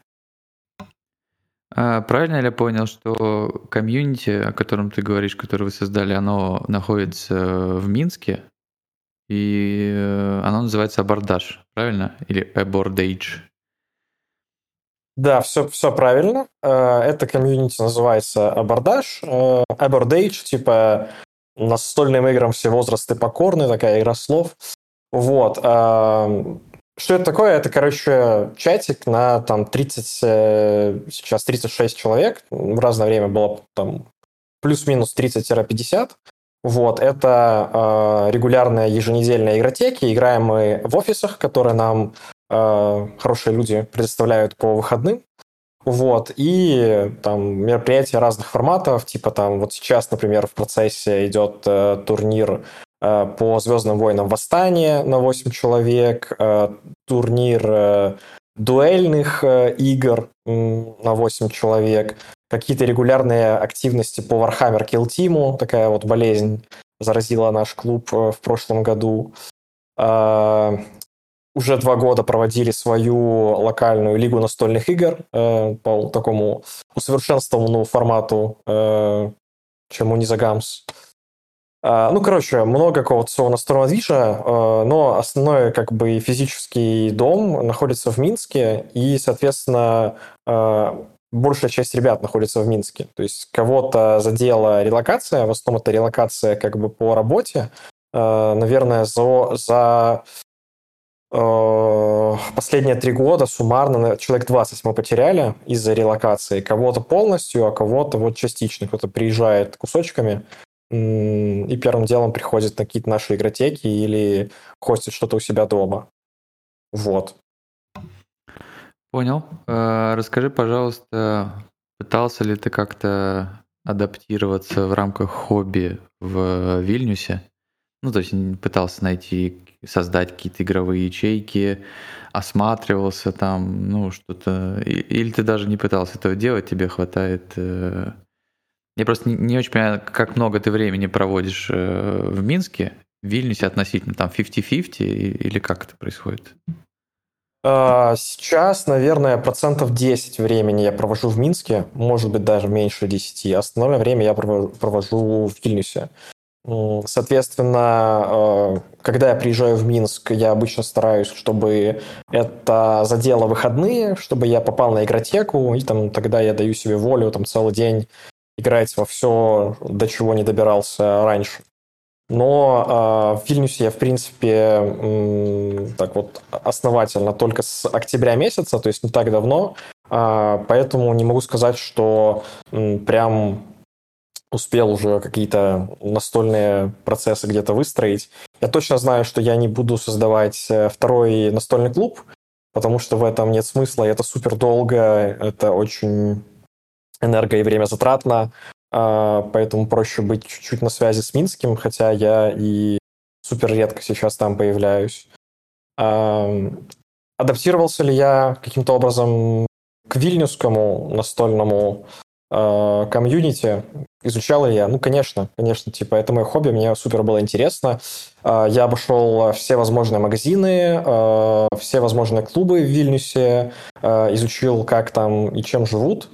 А правильно ли я понял, что комьюнити, о котором ты говоришь, которое вы создали, оно находится в Минске, и э, оно называется Абордаж, правильно? Или Abordage? Да, все, все правильно. Э, Это комьюнити называется Абордаж. Э, Abordage, типа настольным играм все возрасты покорны, такая игра слов. Вот. э, Что это такое? Это, короче, чатик на там тридцать, э, сейчас тридцать шесть человек. В разное время было там плюс-минус тридцать-пятьдесят. Вот. Это э, регулярные еженедельные игротеки. Играем мы в офисах, которые нам э, хорошие люди предоставляют по выходным. Вот, и там мероприятия разных форматов, типа там вот сейчас, например, в процессе идет э, турнир э, по «Звездным войнам. Восстание» на восемь человек, э, турнир э, дуэльных э, игр э, на восемь человек, какие-то регулярные активности по Warhammer Kill Team, такая вот болезнь заразила наш клуб э, в прошлом году. Э, Уже два года проводили свою локальную лигу настольных игр э, по такому усовершенствованному формату, э, чем Унизагамс. Э, ну, короче, много какого-то своего настольного движа, э, но основной как бы физический дом находится в Минске, и, соответственно, э, большая часть ребят находится в Минске. То есть кого-то задела релокация, в основном это релокация как бы по работе. Э, наверное, за... за последние три года суммарно человек двадцать мы потеряли из-за релокации. Кого-то полностью, а кого-то вот частично. Кто-то приезжает кусочками и первым делом приходит на какие-то наши игротеки или хостит что-то у себя дома. Вот. Понял. Расскажи, пожалуйста, пытался ли ты как-то адаптироваться в рамках хобби в Вильнюсе? Ну, то есть пытался найти, создать какие-то игровые ячейки, осматривался там, ну, что-то... Или ты даже не пытался этого делать, тебе хватает... Я просто не, не очень понимаю, как много ты времени проводишь в Минске, в Вильнюсе относительно там пятьдесят на пятьдесят, или как это происходит? Сейчас, наверное, процентов десять времени я провожу в Минске, может быть, даже меньше десяти. Остальное время я провожу в Вильнюсе. Соответственно, когда я приезжаю в Минск, я обычно стараюсь, чтобы это задело выходные, чтобы я попал на игротеку, и там, тогда я даю себе волю там, целый день играть во все, до чего не добирался раньше. Но э, в Вильнюсе я, в принципе, м, так вот основательно только с октября месяца, то есть не так давно, э, поэтому не могу сказать, что м, прям... успел уже какие-то настольные процессы где-то выстроить. Я точно знаю, что я не буду создавать второй настольный клуб, потому что в этом нет смысла, и это супер долго, это очень энерго- и времязатратно, поэтому проще быть чуть-чуть на связи с Минским, хотя я и супер редко сейчас там появляюсь. Адаптировался ли я каким-то образом к вильнюсскому настольному комьюнити? Изучал ли я? Ну, конечно, конечно, типа, это мое хобби, мне супер было интересно. Я обошел все возможные магазины, все возможные клубы в Вильнюсе, изучил, как там и чем живут.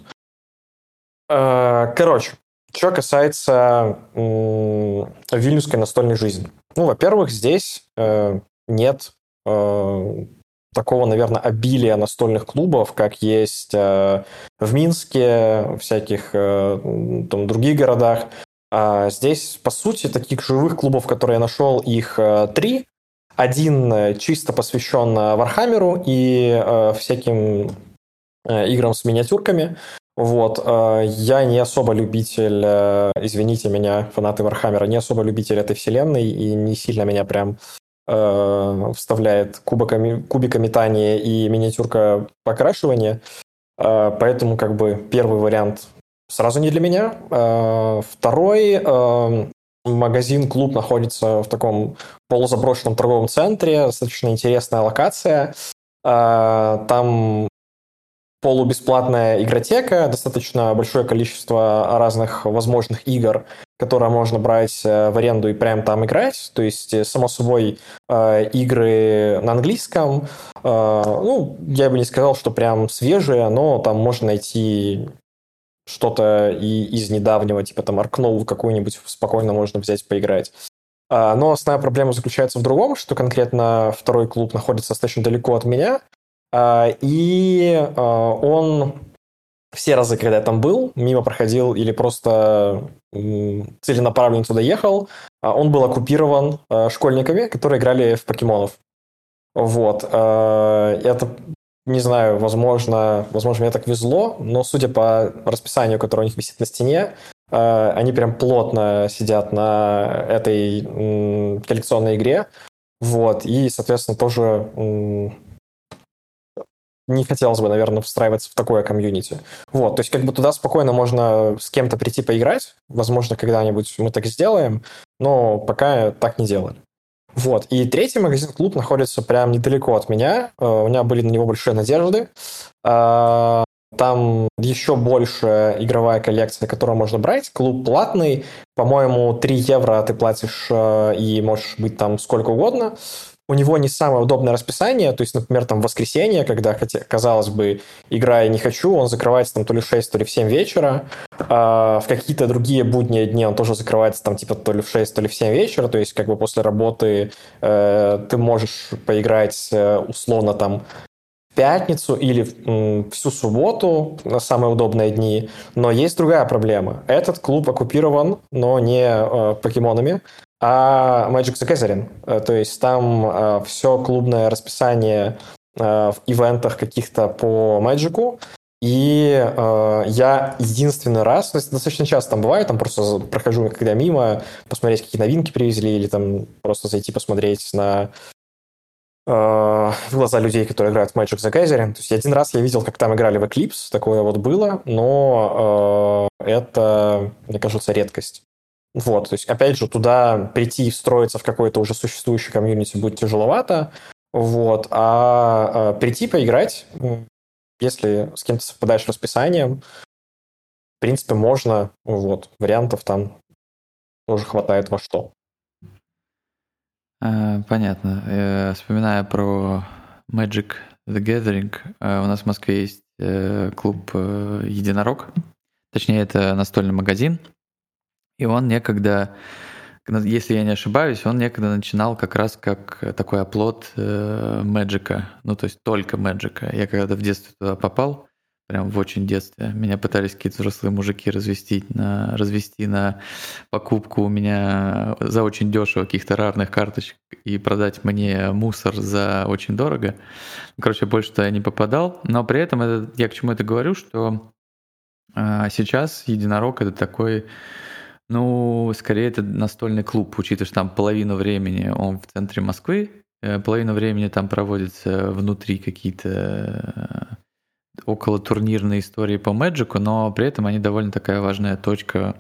Короче, что касается вильнюсской настольной жизни. Ну, во-первых, здесь нет такого, наверное, обилия настольных клубов, как есть э, в Минске, всяких э, там, других городах. А здесь, по сути, таких живых клубов, которые я нашел, их э, три. Один чисто посвящен Вархаммеру и э, всяким э, играм с миниатюрками. Вот. Э, я не особо любитель, э, извините меня, фанаты Вархаммера, не особо любитель этой вселенной, и не сильно меня прям э, вставляет кубиками, кубика метания и миниатюрка покрашивания. Э, поэтому как бы первый вариант сразу не для меня. Э, второй э, магазин-клуб находится в таком полузаброшенном торговом центре, достаточно интересная локация. Э, там полубесплатная игротека, достаточно большое количество разных возможных игр, которые можно брать в аренду и прямо там играть. То есть, само собой, игры на английском. Ну, я бы не сказал, что прям свежие, но там можно найти что-то и из недавнего, типа там Аркноул какую-нибудь спокойно можно взять поиграть. Но основная проблема заключается в другом, что конкретно второй клуб находится достаточно далеко от меня. И он все разы, когда я там был, мимо проходил или просто целенаправленно туда ехал, он был оккупирован школьниками, которые играли в покемонов. Вот. Это, не знаю, возможно, возможно, мне так везло, но судя по расписанию, которое у них висит на стене, они прям плотно сидят на этой коллекционной игре. Вот. И, соответственно, тоже не хотелось бы, наверное, встраиваться в такое комьюнити. Вот, то есть как бы туда спокойно можно с кем-то прийти поиграть. Возможно, когда-нибудь мы так сделаем, но пока так не делали. Вот, и третий магазин-клуб находится прям недалеко от меня. У меня были на него большие надежды. Там еще больше игровая коллекция, которую можно брать. Клуб платный. По-моему, три евро ты платишь и можешь быть там сколько угодно. У него не самое удобное расписание, то есть, например, там в воскресенье, когда, хотя, казалось бы, игра я не хочу, он закрывается там то ли в шесть, то ли в семь вечера. А в какие-то другие будние дни он тоже закрывается там типа то ли в шесть, то ли в семь вечера, то есть как бы после работы э, ты можешь поиграть э, условно там в пятницу или м, всю субботу на самые удобные дни. Но есть другая проблема. Этот клуб оккупирован, но не э, покемонами, а Magic the Gathering. То есть там э, все клубное расписание э, в ивентах каких-то по Magic. И э, я единственный раз, то есть достаточно часто там бывает, там просто прохожу когда мимо, посмотреть, какие новинки привезли, или там просто зайти посмотреть на э, глаза людей, которые играют в Magic the Gathering. То есть один раз я видел, как там играли в Eclipse, такое вот было, но э, это, мне кажется, редкость. Вот, то есть, опять же, туда прийти и встроиться в какой-то уже существующий комьюнити будет тяжеловато, вот, а, а прийти поиграть, если с кем-то совпадаешь расписанием, в принципе, можно, вот, вариантов там тоже хватает во что. Понятно. Вспоминая про Magic the Gathering, у нас в Москве есть клуб «Единорог», точнее, это настольный магазин. И он некогда, если я не ошибаюсь, он некогда начинал как раз как такой оплот Мэджика, ну то есть только Мэджика. Я когда в детстве туда попал, прям в очень детстве, меня пытались какие-то взрослые мужики развести на, развести на покупку у меня за очень дешево каких-то рарных карточек и продать мне мусор за очень дорого. Короче, больше туда я не попадал, но при этом это, я к чему это говорю, что сейчас Единорог — это такой... Ну, скорее, это настольный клуб, учитывая, что там половину времени он в центре Москвы, половину времени там проводятся внутри какие-то около турнирные истории по Мэджику, но при этом они довольно такая важная точка,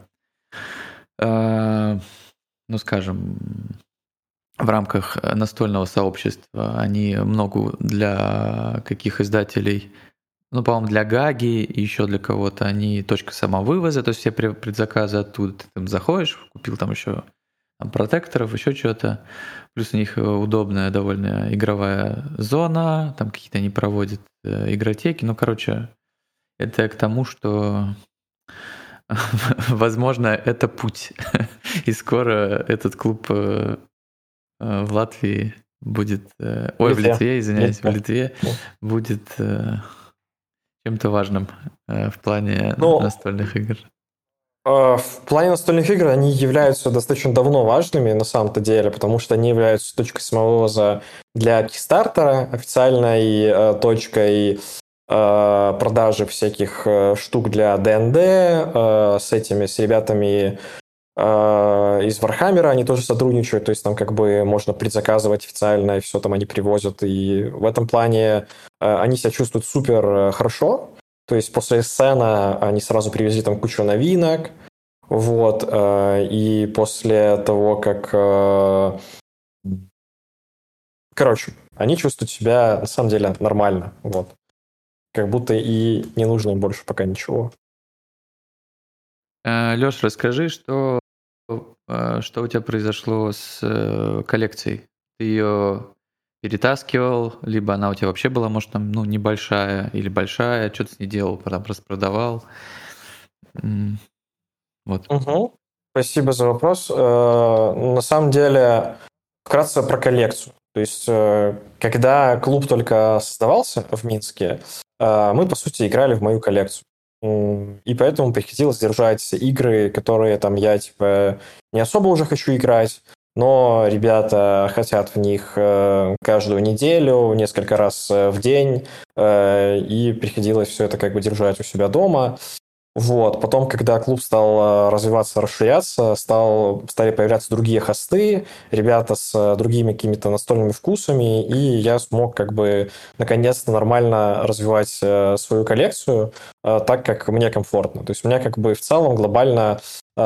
э, ну, скажем, в рамках настольного сообщества. Они много для каких издателей... Ну, по-моему, для Гаги и еще для кого-то они точка самовывоза, то есть все предзаказы оттуда. Ты там заходишь, купил там еще там, протекторов, еще что-то. Плюс у них удобная довольно игровая зона, там какие-то они проводят э, игротеки. Ну, короче, это к тому, что, возможно, это путь. И скоро этот клуб э, э, в Латвии будет... Э, ой, в Литве, извиняюсь, в Литве будет... Э, чем-то важным э, в плане ну, настольных игр? Э, в плане настольных игр они являются достаточно давно важными на самом-то деле, потому что они являются точкой самовывоза для Kickstarter, официальной э, точкой э, продажи всяких э, штук для ди энд ди, э, с этими, с ребятами из Вархаммера они тоже сотрудничают, то есть там как бы можно предзаказывать официально, и все там они привозят. И в этом плане они себя чувствуют супер хорошо. То есть после Эссена они сразу привезли там кучу новинок. Вот. И после того, как... Короче, они чувствуют себя на самом деле нормально. Вот. Как будто и не нужно им больше пока ничего. Леш, расскажи, что, что у тебя произошло с коллекцией? Ты ее перетаскивал, либо она у тебя вообще была, может, там, ну, небольшая или большая, что ты с ней делал, потом распродавал? Вот. Угу. Спасибо за вопрос. На самом деле, вкратце про коллекцию. То есть, когда клуб только создавался в Минске, мы, по сути, играли в мою коллекцию. И поэтому приходилось держать игры, которые там я, типа, не особо уже хочу играть, но ребята хотят в них каждую неделю, несколько раз в день, и приходилось все это как бы держать у себя дома. Вот. Потом, когда клуб стал развиваться, расширяться, стал, стали появляться другие хосты, ребята с другими какими-то настольными вкусами, и я смог как бы наконец-то нормально развивать свою коллекцию так, как мне комфортно. То есть у меня как бы в целом глобально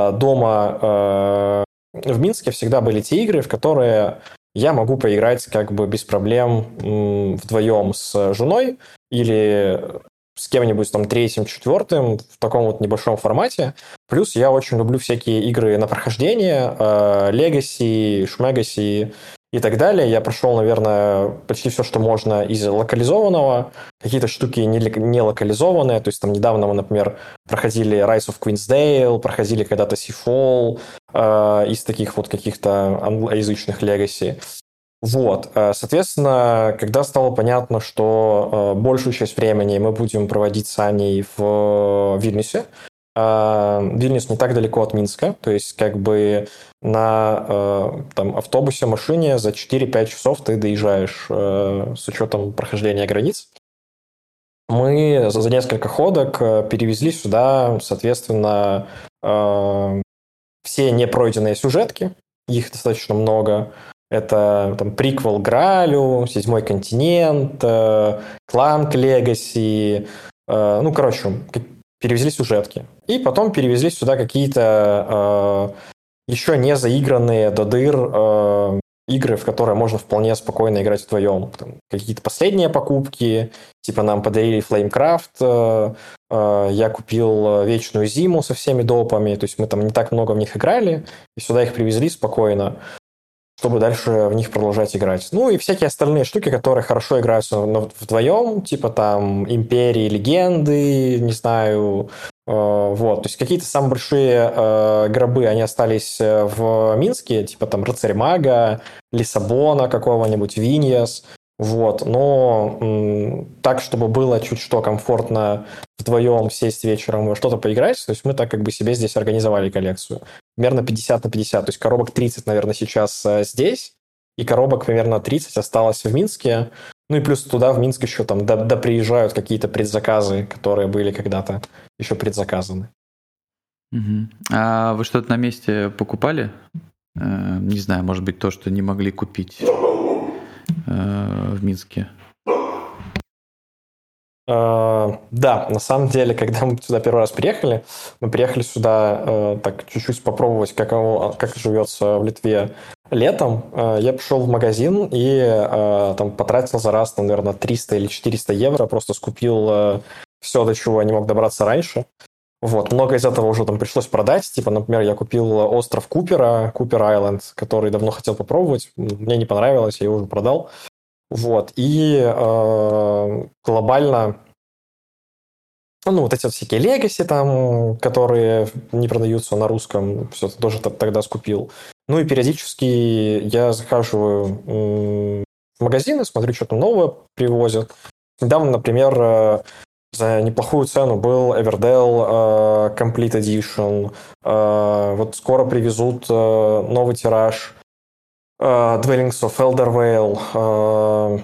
дома в Минске всегда были те игры, в которые я могу поиграть как бы без проблем вдвоем с женой или с кем-нибудь там третьим, четвертым в таком вот небольшом формате. Плюс я очень люблю всякие игры на прохождение, Legacy, Шмегаси и так далее. Я прошел, наверное, почти все, что можно из локализованного. Какие-то штуки не, не локализованные. То есть там недавно мы, например, проходили Rise of Queensdale, проходили когда-то Seafall э, из таких вот каких-то англоязычных Legacy. Вот, соответственно, когда стало понятно, что большую часть времени мы будем проводить с Аней в Вильнюсе, Вильнюс не так далеко от Минска, то есть как бы на там, автобусе, машине за четыре-пять часов ты доезжаешь с учетом прохождения границ. Мы за несколько ходок перевезли сюда, соответственно, все непройденные сюжетки, их достаточно много. Это там приквел Граалю, Седьмой континент, э, Кланк Легаси. Э, ну, короче, перевезли сюжетки. И потом перевезли сюда какие-то э, еще не заигранные до дыр э, игры, в которые можно вполне спокойно играть вдвоем. Там, какие-то последние покупки, типа нам подарили Flamecraft, э, э, я купил Вечную Зиму со всеми допами, то есть мы там не так много в них играли, и сюда их привезли спокойно, чтобы дальше в них продолжать играть. Ну и всякие остальные штуки, которые хорошо играются вдвоем, типа там Империи, Легенды, не знаю, э, вот. То есть какие-то самые большие э, гробы, они остались в Минске, типа там Рыцарь Мага, Лиссабона какого-нибудь, Виньяс, вот. Но м, так, чтобы было чуть что комфортно вдвоем сесть вечером и что-то поиграть, то есть мы так как бы себе здесь организовали коллекцию. Примерно пятьдесят на пятьдесят, то есть коробок тридцать, наверное, сейчас здесь, и коробок примерно тридцать осталось в Минске. Ну и плюс туда, в Минск, еще там доприезжают какие-то предзаказы, которые были когда-то еще предзаказаны. Угу. А вы что-то на месте покупали? Э, не знаю, может быть, то, что не могли купить э, в Минске? Uh, да, на самом деле, когда мы сюда первый раз приехали, мы приехали сюда uh, так чуть-чуть попробовать, каково, как живется в Литве летом. Uh, я пришел в магазин и uh, там потратил за раз, там, наверное, триста или четыреста евро, просто скупил uh, все, до чего я не мог добраться раньше. Вот. Много из этого уже там пришлось продать. Типа, например, я купил остров Купера, Купер Айленд, который давно хотел попробовать. Мне не понравилось, я его уже продал. Вот, и э, глобально, ну, вот эти вот всякие Legacy там, которые не продаются на русском, все это тоже тогда скупил. Ну, и периодически я захаживаю в магазины, смотрю, что там новое привозят. Недавно, например, за неплохую цену был Everdell Complete Edition. Вот скоро привезут новый тираж Uh, Dwellings of Eldervale, uh,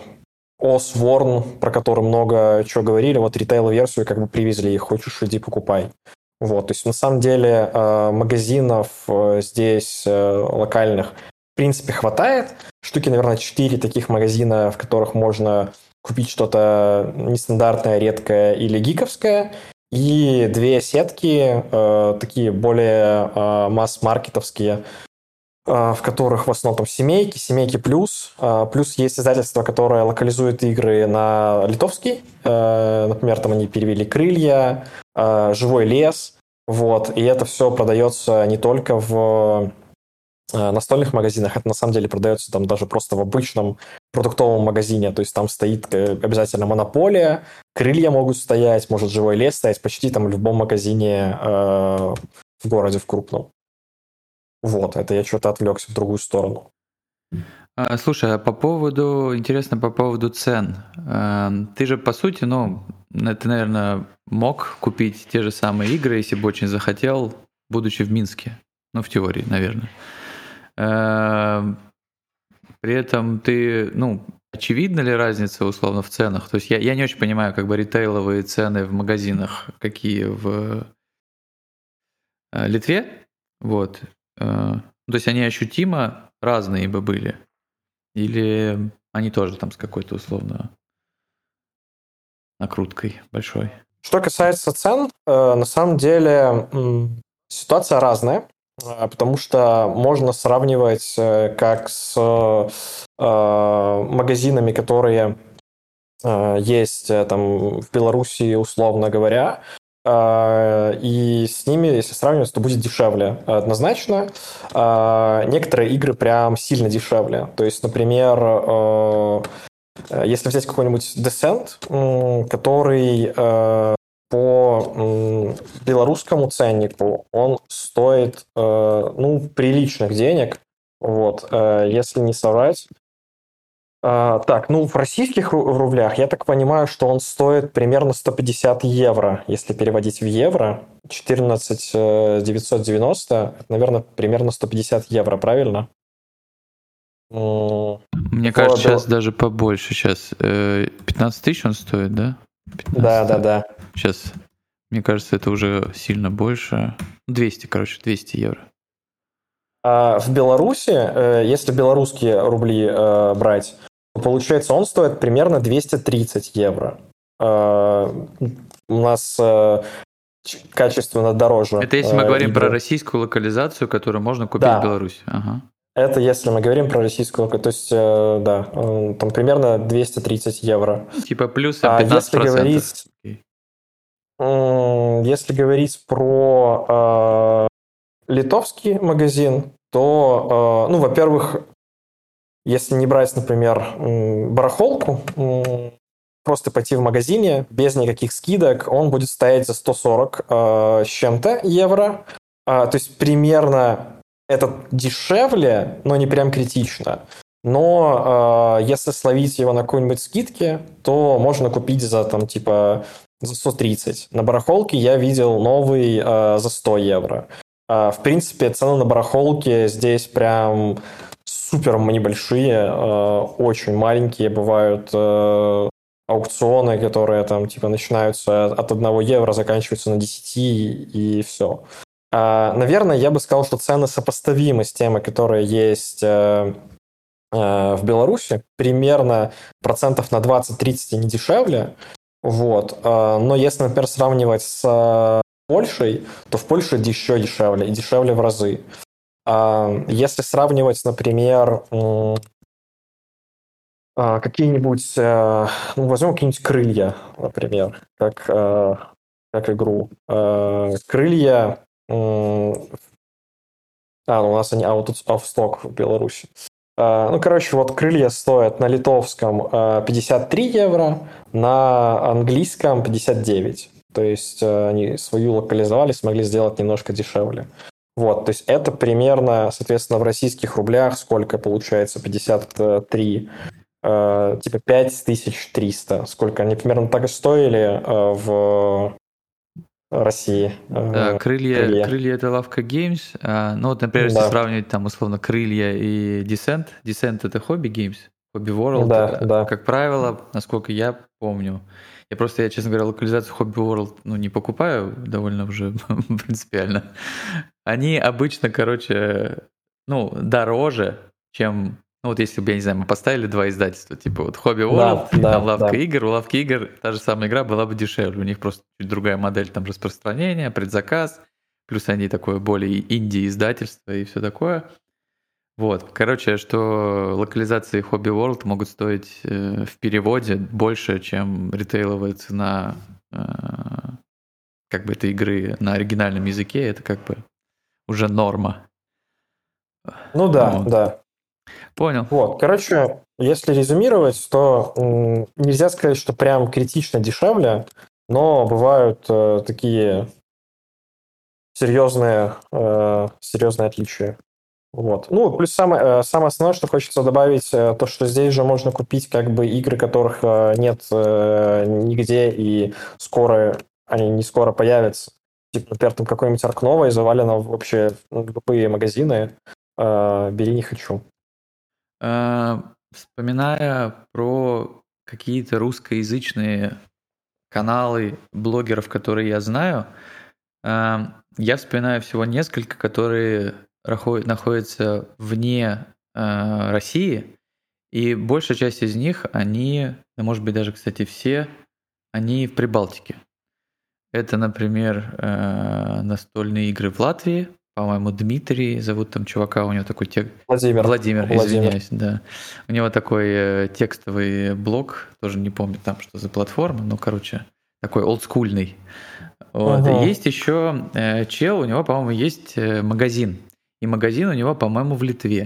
Osworn, про который много чего говорили, вот ритейл-версию как бы привезли, хочешь, иди покупай. Вот, то есть на самом деле э, магазинов э, здесь э, локальных в принципе хватает. Штуки, наверное, четыре таких магазина, в которых можно купить что-то нестандартное, редкое или гиковское. И две сетки, э, такие более э, масс-маркетовские, в которых в основном там семейки, семейки плюс. Плюс есть издательство, которое локализует игры на литовский. Например, там они перевели «Крылья», «Живой лес». Вот. И это все продается не только в настольных магазинах, это на самом деле продается там даже просто в обычном продуктовом магазине. То есть там стоит обязательно «Монополия», «Крылья» могут стоять, может «Живой лес» стоять почти там в любом магазине в городе, в крупном. Вот, это я что-то отвлекся в другую сторону. Слушай, а по поводу, интересно, по поводу цен. Ты же, по сути, ну, ты, наверное, мог купить те же самые игры, если бы очень захотел, будучи в Минске. Ну, в теории, наверное. При этом ты, ну, очевидна ли разница, условно, в ценах? То есть я, я не очень понимаю, как бы, ритейловые цены в магазинах, какие в Литве, вот. То есть они ощутимо разные бы были? Или они тоже там с какой-то условно накруткой большой? Что касается цен, на самом деле ситуация разная, потому что можно сравнивать как с магазинами, которые есть там в Беларуси, условно говоря, и с ними, если сравнивать, то будет дешевле однозначно. Некоторые игры прям сильно дешевле. То есть, например, если взять какой-нибудь Descent, который по белорусскому ценнику, он стоит, ну, приличных денег. Вот, если не соврать. Uh, так, ну в российских ру- рублях я так понимаю, что он стоит примерно сто пятьдесят евро, если переводить в евро. четырнадцать девятьсот девяносто, это, наверное, примерно сто пятьдесят евро, правильно? Мне в... кажется, сейчас даже побольше. Сейчас пятнадцать тысяч он стоит, да? пятнадцать, да, да, да. Сейчас, мне кажется, это уже сильно больше. двести, короче, двести евро. А в Беларуси, если белорусские рубли брать, получается, он стоит примерно двести тридцать евро. Uh, у нас uh, качественно дороже. Это если мы uh, говорим игры. Про российскую локализацию, которую можно купить да. в Беларуси. Ага. Это если мы говорим про российскую локализацию. То есть, uh, да, uh, там примерно двести тридцать евро. Типа плюсом пятнадцать процентов. Uh, если, говорить, okay. если говорить про uh, литовский магазин, то, uh, ну, во-первых, если не брать, например, барахолку, просто пойти в магазине без никаких скидок, он будет стоять за сто сорок э, с чем-то евро. А, то есть примерно это дешевле, но не прям критично. Но э, если словить его на какой-нибудь скидке, то можно купить за там типа за сто тридцать. На барахолке я видел новый э, за сто евро. Э, в принципе, цены на барахолке здесь прям супер небольшие, э, очень маленькие. Бывают э, аукционы, которые там типа начинаются от одного евро, заканчиваются на десяти и все. Э, наверное, я бы сказал, что цены сопоставимы с теми, которые есть э, э, в Беларуси. Примерно процентов на двадцать-тридцать не дешевле. Вот. Э, но если, например, сравнивать с э, Польшей, то в Польше еще дешевле, и дешевле в разы. Если сравнивать, например, какие-нибудь, ну, возьмем какие-нибудь «Крылья», например, как, как игру. «Крылья», а, ну, у нас они out of stock в Беларуси. Ну, короче, вот «Крылья» стоят на литовском пятьдесят три евро, на английском пятьдесят девять. То есть они свою локализовали, смогли сделать немножко дешевле. Вот, то есть это примерно, соответственно, в российских рублях сколько получается? пятьдесят три, э, типа пять тысяч триста. Сколько они примерно так и стоили э, в России. Э, да, крылья, крылья. Крылья — это Лавка Games. А, ну вот, например, если да. сравнивать там условно «Крылья» и Descent. Descent — это Hobby Games, Hobby World. Да, это, да. Как правило, насколько я помню, Я просто, я, честно говоря, локализацию Hobby World, ну, не покупаю довольно уже принципиально. Они обычно, короче, ну, дороже, чем... Ну, вот если бы, я не знаю, мы поставили два издательства, типа вот Hobby World, Да, да, там Лавка да. игр, у Лавки игр та же самая игра была бы дешевле. У них просто чуть другая модель там распространения, предзаказ, плюс они такое более инди-издательство и все такое. Вот, короче, что локализации Hobby World могут стоить э, в переводе больше, чем ритейловая цена э, как бы этой игры на оригинальном языке. Это как бы уже норма. Ну да, Вот. да. Понял. Вот, короче, если резюмировать, то м, нельзя сказать, что прям критично дешевле, но бывают э, такие серьезные, э, серьезные отличия. Вот. Ну, плюс самое, э, самое основное, что хочется добавить, э, то, что здесь же можно купить как бы игры, которых э, нет э, нигде, и скоро они не скоро появятся. Типа, например, там какой-нибудь Арк Новый завалено вообще в любые магазины. Э, бери, не хочу. Э, Вспоминая про какие-то русскоязычные каналы блогеров, которые я знаю, э, я вспоминаю всего несколько, которые рахо- находятся вне э, России, и большая часть из них, они, да, может быть даже, кстати, все, они в Прибалтике. Это, например, э, настольные игры в Латвии. По-моему, Дмитрий зовут там чувака, у него такой текст. Владимир. Владимир, Владимир. извиняюсь, да. У него такой э, текстовый блог, тоже не помню там, что за платформа, но, короче, такой олдскульный. Вот. Ага. Есть еще э, чел, у него, по-моему, есть э, магазин. И магазин у него, по-моему, в Литве.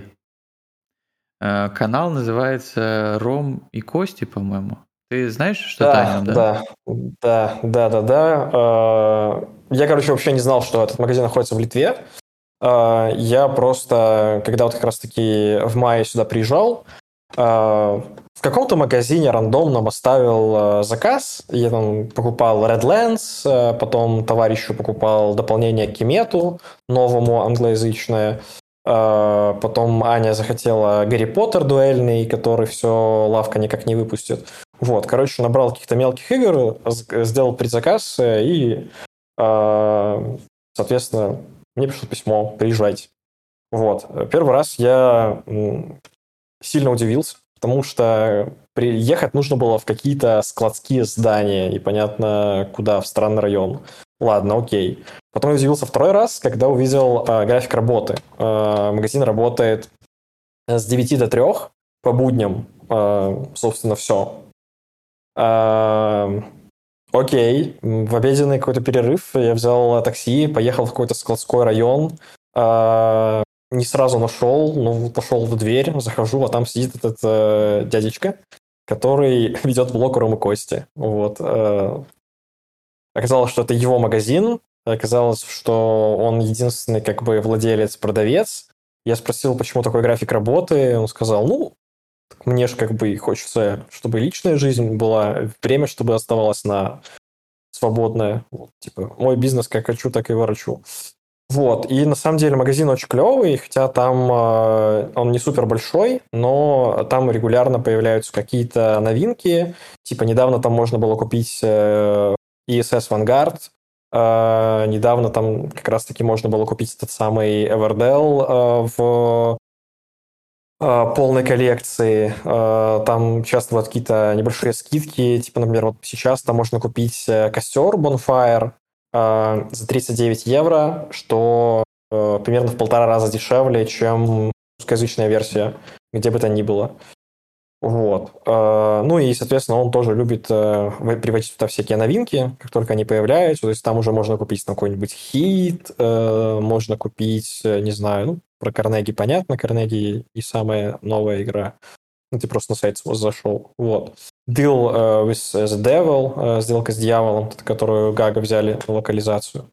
Э, канал называется Ром и Кости, по-моему. Ты знаешь что-то Да, о нем, да? да, да, да, да, да. Э, Я, короче, вообще не знал, что этот магазин находится в Литве. Э, Я просто, когда вот как раз-таки в мае сюда приезжал, э, в каком-то магазине рандомном оставил э, заказ. Я там покупал Redlands, э, потом товарищу покупал дополнение к Кемету, новому англоязычное. Э, Потом Аня захотела Гарри Поттер дуэльный, который все лавка никак не выпустит. Вот, короче, набрал каких-то мелких игр, з- сделал предзаказ, э, и, э, соответственно, мне пришло письмо, приезжайте. Вот. Первый раз я м, сильно удивился, потому что приехать нужно было в какие-то складские здания, непонятно куда, в странный район. Ладно, окей. Потом я удивился второй раз, когда увидел э, график работы. Э, магазин работает с девяти до трёх по будням, э, собственно, все. Окей, в обеденный какой-то перерыв я взял такси, поехал в какой-то складской район, а, не сразу нашел, ну, пошел в дверь, захожу, а там сидит этот э, дядечка, который ведет блог Ромы Кости. Вот. э. Оказалось, что это его магазин, оказалось, что он единственный как бы владелец-продавец. Я спросил, почему такой график работы, он сказал, ну, мне же как бы хочется, чтобы личная жизнь была, время, чтобы оставалось на свободное. Вот, типа, мой бизнес как хочу, так и ворочу. Вот, и на самом деле магазин очень клевый, хотя там э, он не супер большой, но там регулярно появляются какие-то новинки. Типа, недавно там можно было купить э, и эс эс Vanguard, э, недавно там как раз-таки можно было купить этот самый Everdell э, в полной коллекции. Там часто вот какие-то небольшие скидки. Типа, например, вот сейчас там можно купить костер Bonfire за тридцать девять евро, что примерно в полтора раза дешевле, чем русскоязычная версия, где бы то ни было. Вот. Ну и, соответственно, он тоже любит приводить туда всякие новинки, как только они появляются. То есть там уже можно купить там какой-нибудь хит, можно купить, не знаю, ну, про Карнеги понятно, Карнеги и самая новая игра. Ну, ты просто на сайт зашел. Вот. Deal uh, with the Devil, uh, сделка с дьяволом, которую Гага взяли на локализацию.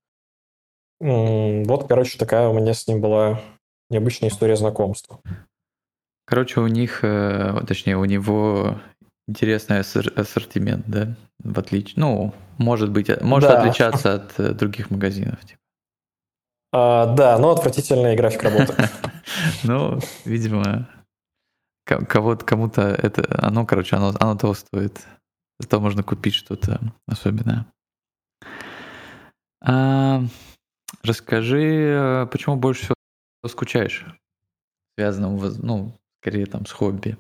Mm, вот, короче, такая у меня с ним была необычная история знакомства. Короче, у них, точнее, у него интересный ассортимент, да, в отличие, ну, может быть, может да. отличаться от других магазинов. Типа. А, да, но отвратительный график работы. Ну, видимо, кого-то, кому-то это, оно, короче, оно, оно того стоит. Зато можно купить что-то особенное. А, расскажи, почему больше всего скучаешь? Связанного, воз- ну, скорее там с хобби.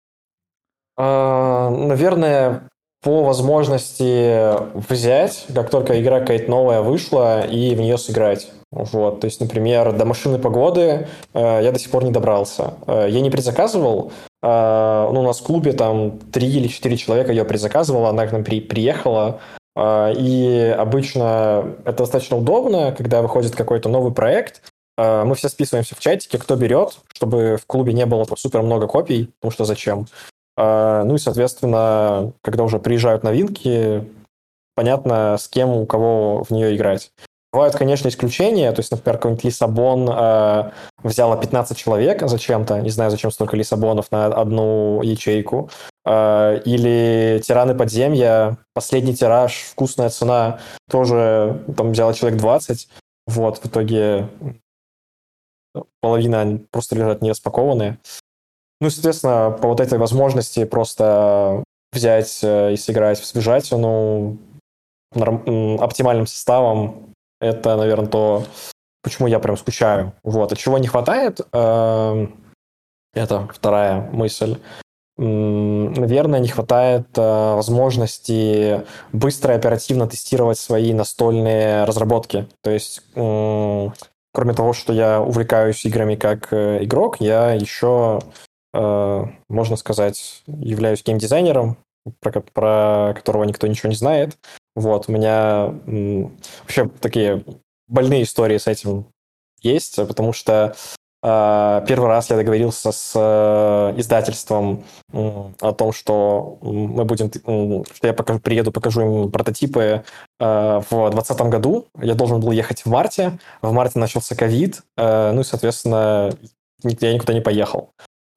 А, Наверное, по возможности взять, как только игра какая-то новая вышла, и в нее сыграть. Вот. То есть, например, до «Машины погоды» э, я до сих пор не добрался. Э, я не предзаказывал. Э, ну, у нас в клубе там три или четыре человека ее предзаказывало, она к нам при, приехала. Э, и обычно это достаточно удобно, когда выходит какой-то новый проект. Э, мы все списываемся в чатике, кто берет, чтобы в клубе не было супер много копий, потому что зачем. Ну и, соответственно, когда уже приезжают новинки, понятно, с кем, у кого в нее играть. Бывают, конечно, исключения. То есть, например, какой-нибудь Лиссабон э, взяло пятнадцать человек зачем-то. Не знаю, зачем столько Лиссабонов на одну ячейку. Э, или Тираны подземья, последний тираж, вкусная цена, тоже там взяло человек двадцать. Вот, в итоге половина просто лежат не распакованные. Ну, соответственно, по вот этой возможности просто взять и сыграть в свежатину норм- оптимальным составом, это, наверное, то, почему я прям скучаю. Вот. А чего не хватает, это вторая мысль. Наверное, не хватает возможности быстро и оперативно тестировать свои настольные разработки. То есть, кроме того, что я увлекаюсь играми как игрок, я еще... можно сказать, являюсь геймдизайнером, про, про которого никто ничего не знает. Вот, у меня м, вообще такие больные истории с этим есть, потому что э, первый раз я договорился с э, издательством э, о том, что мы будем, э, что я покажу, приеду, покажу им прототипы э, в двадцатом году. Я должен был ехать в марте. В марте начался ковид, э, ну и, соответственно, я никуда не поехал.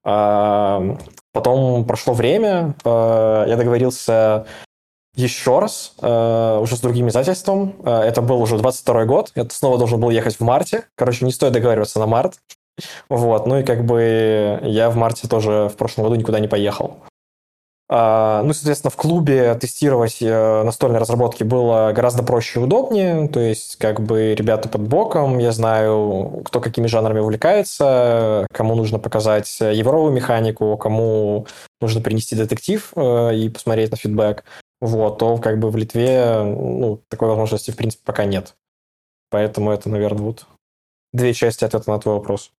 Потом прошло время, я договорился еще раз, уже с другим издательством. Это был уже двадцать второй год, я снова должен был ехать в марте. Короче, не стоит договариваться на март. Вот, ну и как бы я в марте тоже в прошлом году никуда не поехал. Ну, соответственно, в клубе тестировать настольные разработки было гораздо проще и удобнее. То есть, как бы ребята под боком, я знаю, кто какими жанрами увлекается, кому нужно показать евровую механику, кому нужно принести детектив и посмотреть на фидбэк. Вот, то как бы в Литве ну, такой возможности, в принципе, пока нет. Поэтому это, наверное, вот две части ответа на твой вопрос.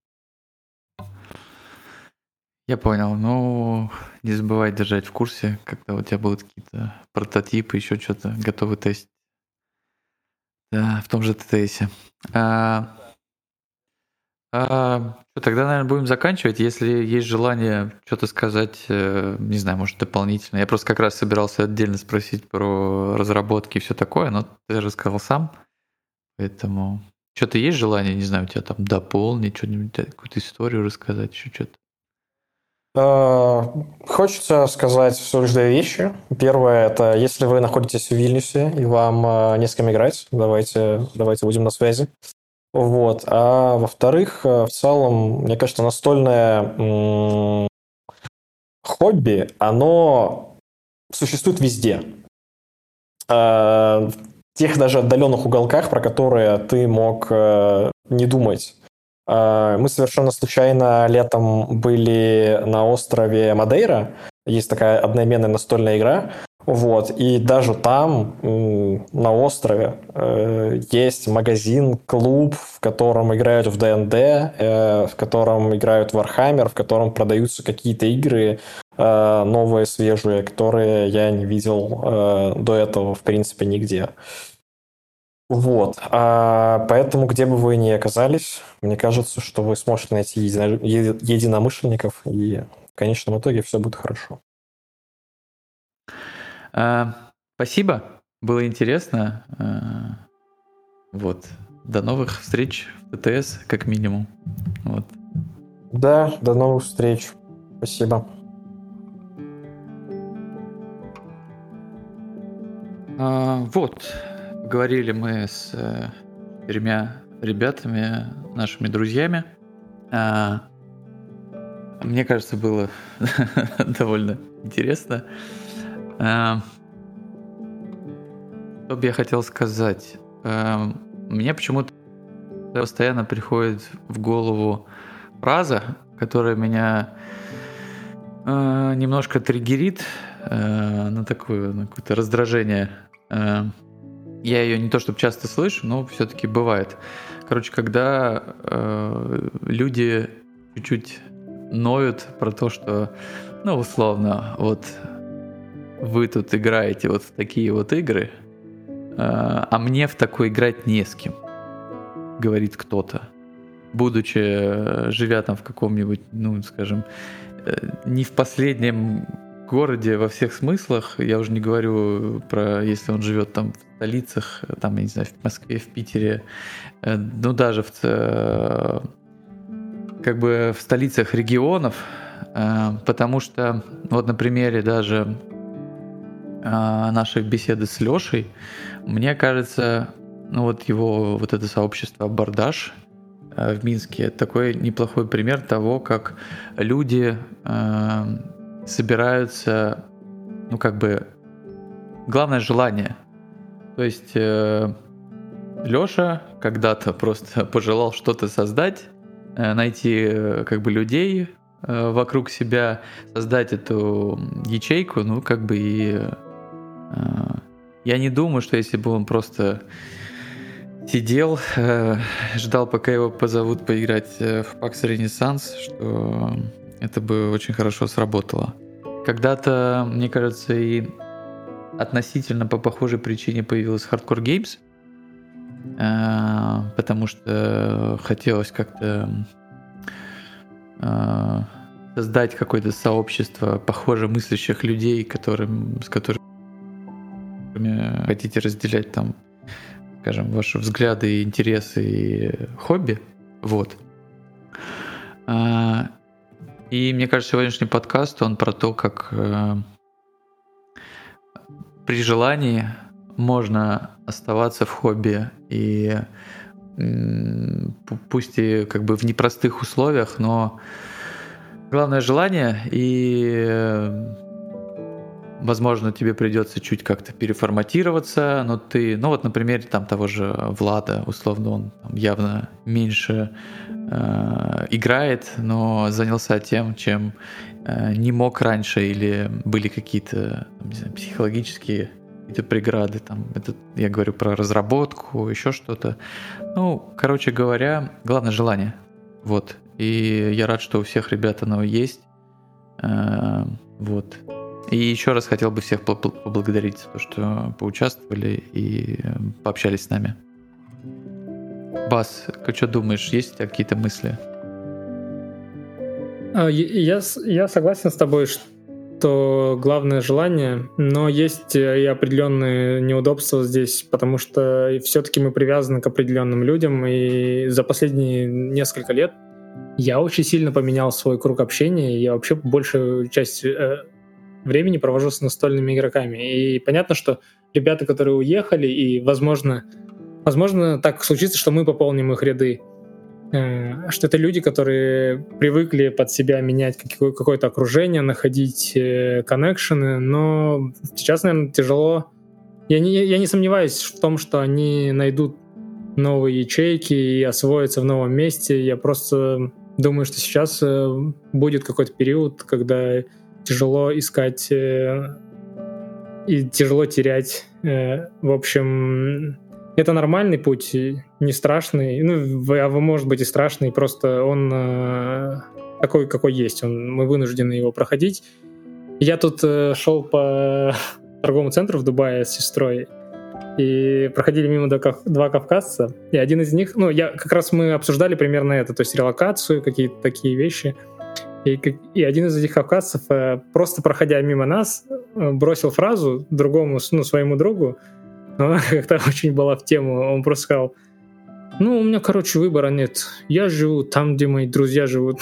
Я понял. Ну, не забывай держать в курсе, когда у тебя будут какие-то прототипы, еще что-то, готовы тестить. Да, в том же ти ти эс. А, а, что, тогда, наверное, будем заканчивать. Если есть желание что-то сказать, не знаю, может, дополнительно. Я просто как раз собирался отдельно спросить про разработки и все такое, но ты же рассказал сам. Поэтому что-то есть желание, не знаю, у тебя там дополнить, что-нибудь, какую-то историю рассказать, еще что-то? Хочется сказать всего лишь две вещи. Первое, это если вы находитесь в Вильнюсе и вам не с кем играть, давайте, давайте будем на связи. Вот. А во-вторых, в целом, мне кажется, настольное м- хобби, оно существует везде. А, в тех даже отдаленных уголках, про которые ты мог а, не думать. Мы совершенно случайно летом были на острове Мадейра. Есть такая одноименная настольная игра. Вот. И даже там, на острове, есть магазин, клуб, в котором играют в ди энд ди, в котором играют в Warhammer, в котором продаются какие-то игры новые, свежие, которые я не видел до этого, в принципе, нигде. Вот. А поэтому, где бы вы ни оказались, мне кажется, что вы сможете найти едино... единомышленников, и в конечном итоге все будет хорошо. А, спасибо, было интересно. А, вот. До новых встреч в ти ти эс, как минимум. Вот. Да, до новых встреч. Спасибо. А, вот. Говорили мы с четырьмя ребятами, нашими друзьями. А, мне кажется, было довольно интересно. А, Что бы я хотел сказать? Эм, Мне почему-то постоянно приходит в голову фраза, которая меня э, немножко триггерит э, на такое, на какое-то раздражение. Э, я ее не то чтобы часто слышу, но все-таки бывает. Короче, когда э, люди чуть-чуть ноют про то, что, ну, условно, вот вы тут играете вот в такие вот игры, э, а мне в такой играть не с кем, говорит кто-то, будучи, э, живя там в каком-нибудь, ну, скажем, э, не в последнем городе во всех смыслах, я уже не говорю про, если он живет там в столицах, там, я не знаю, в Москве, в Питере, э, ну, даже в, э, как бы в столицах регионов, э, потому что, вот на примере даже э, нашей беседы с Лешей, мне кажется, ну вот его вот это сообщество «Абордаж» э, в Минске — это такой неплохой пример того, как люди э, собираются, ну как бы, главное желание. То есть э, Леша когда-то просто пожелал что-то создать, э, найти э, как бы людей э, вокруг себя, создать эту ячейку, ну как бы и э, я не думаю, что если бы он просто сидел, э, ждал, пока его позовут поиграть в Pax Renaissance, что это бы очень хорошо сработало. Когда-то, мне кажется, и относительно по похожей причине появилась Hardcore Games, э, потому что хотелось как-то э, создать какое-то сообщество похоже мыслящих людей, которым, с которыми хотите разделять там, скажем, ваши взгляды, интересы и хобби. Вот. И мне кажется, сегодняшний подкаст, он про то, как э, при желании можно оставаться в хобби, и э, пусть и как бы в непростых условиях, но главное желание, и э, возможно, тебе придется чуть как-то переформатироваться, но ты, ну вот на примере там того же Влада, условно, он там явно меньше э, играет, но занялся тем, чем э, не мог раньше, или были какие-то, не знаю, психологические какие-то преграды, там, это я говорю про разработку, еще что-то. Ну, короче говоря, главное желание, вот. И я рад, что у всех ребят оно есть, э, вот. И еще раз хотел бы всех поблагодарить за то, что поучаствовали и пообщались с нами. Бас, что думаешь, есть у тебя какие-то мысли? Я, я согласен с тобой, что главное желание, но есть и определенные неудобства здесь, потому что все-таки мы привязаны к определенным людям, и за последние несколько лет я очень сильно поменял свой круг общения, и я вообще большую часть времени провожу с настольными игроками. И понятно, что ребята, которые уехали, и, возможно, возможно, так случится, что мы пополним их ряды. Что это люди, которые привыкли под себя менять какое-то окружение, находить коннекшены, но сейчас, наверное, тяжело. Я не, я не сомневаюсь в том, что они найдут новые ячейки и освоятся в новом месте. Я просто думаю, что сейчас будет какой-то период, когда тяжело искать э, и тяжело терять. Э, в общем, это нормальный путь, не страшный. Ну, а может быть и страшный, просто он э, такой, какой есть. Он, мы вынуждены его проходить. Я тут э, шел по торговому центру в Дубае с сестрой, и проходили мимо два кавказца, и один из них, ну, я как раз мы обсуждали примерно это, то есть релокацию, какие-то такие вещи. И, и один из этих кавказцев, просто проходя мимо нас, бросил фразу другому, ну, своему другу, но она как-то очень была в тему. Он просто сказал: ну, у меня, короче, выбора нет. Я живу там, где мои друзья живут.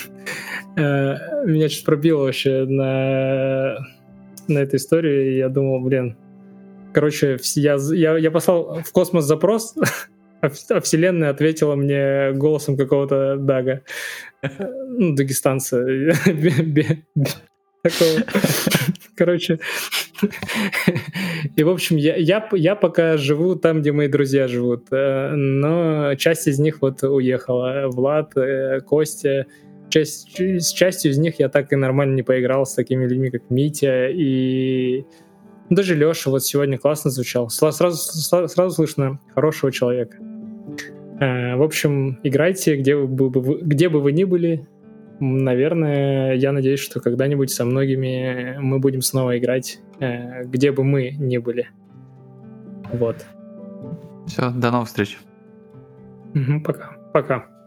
Меня чуть пробило вообще на, на эту историю, и я думал, блин. Короче, я, я, я послал в космос запрос, а Вселенная ответила мне голосом какого-то дага. Ну, дагестанца. такого. Короче. И, в общем, я, я, я пока живу там, где мои друзья живут. Но часть из них вот уехала. Влад, Костя. Часть, с частью из них я так и нормально не поиграл, с такими людьми, как Митя и... Даже Леша вот сегодня классно звучал. Сразу, сразу слышно хорошего человека. В общем, играйте, где бы, где бы вы ни были. Наверное, я надеюсь, что когда-нибудь со многими мы будем снова играть, где бы мы ни были. Вот. Все, до новых встреч. Угу, пока. Пока.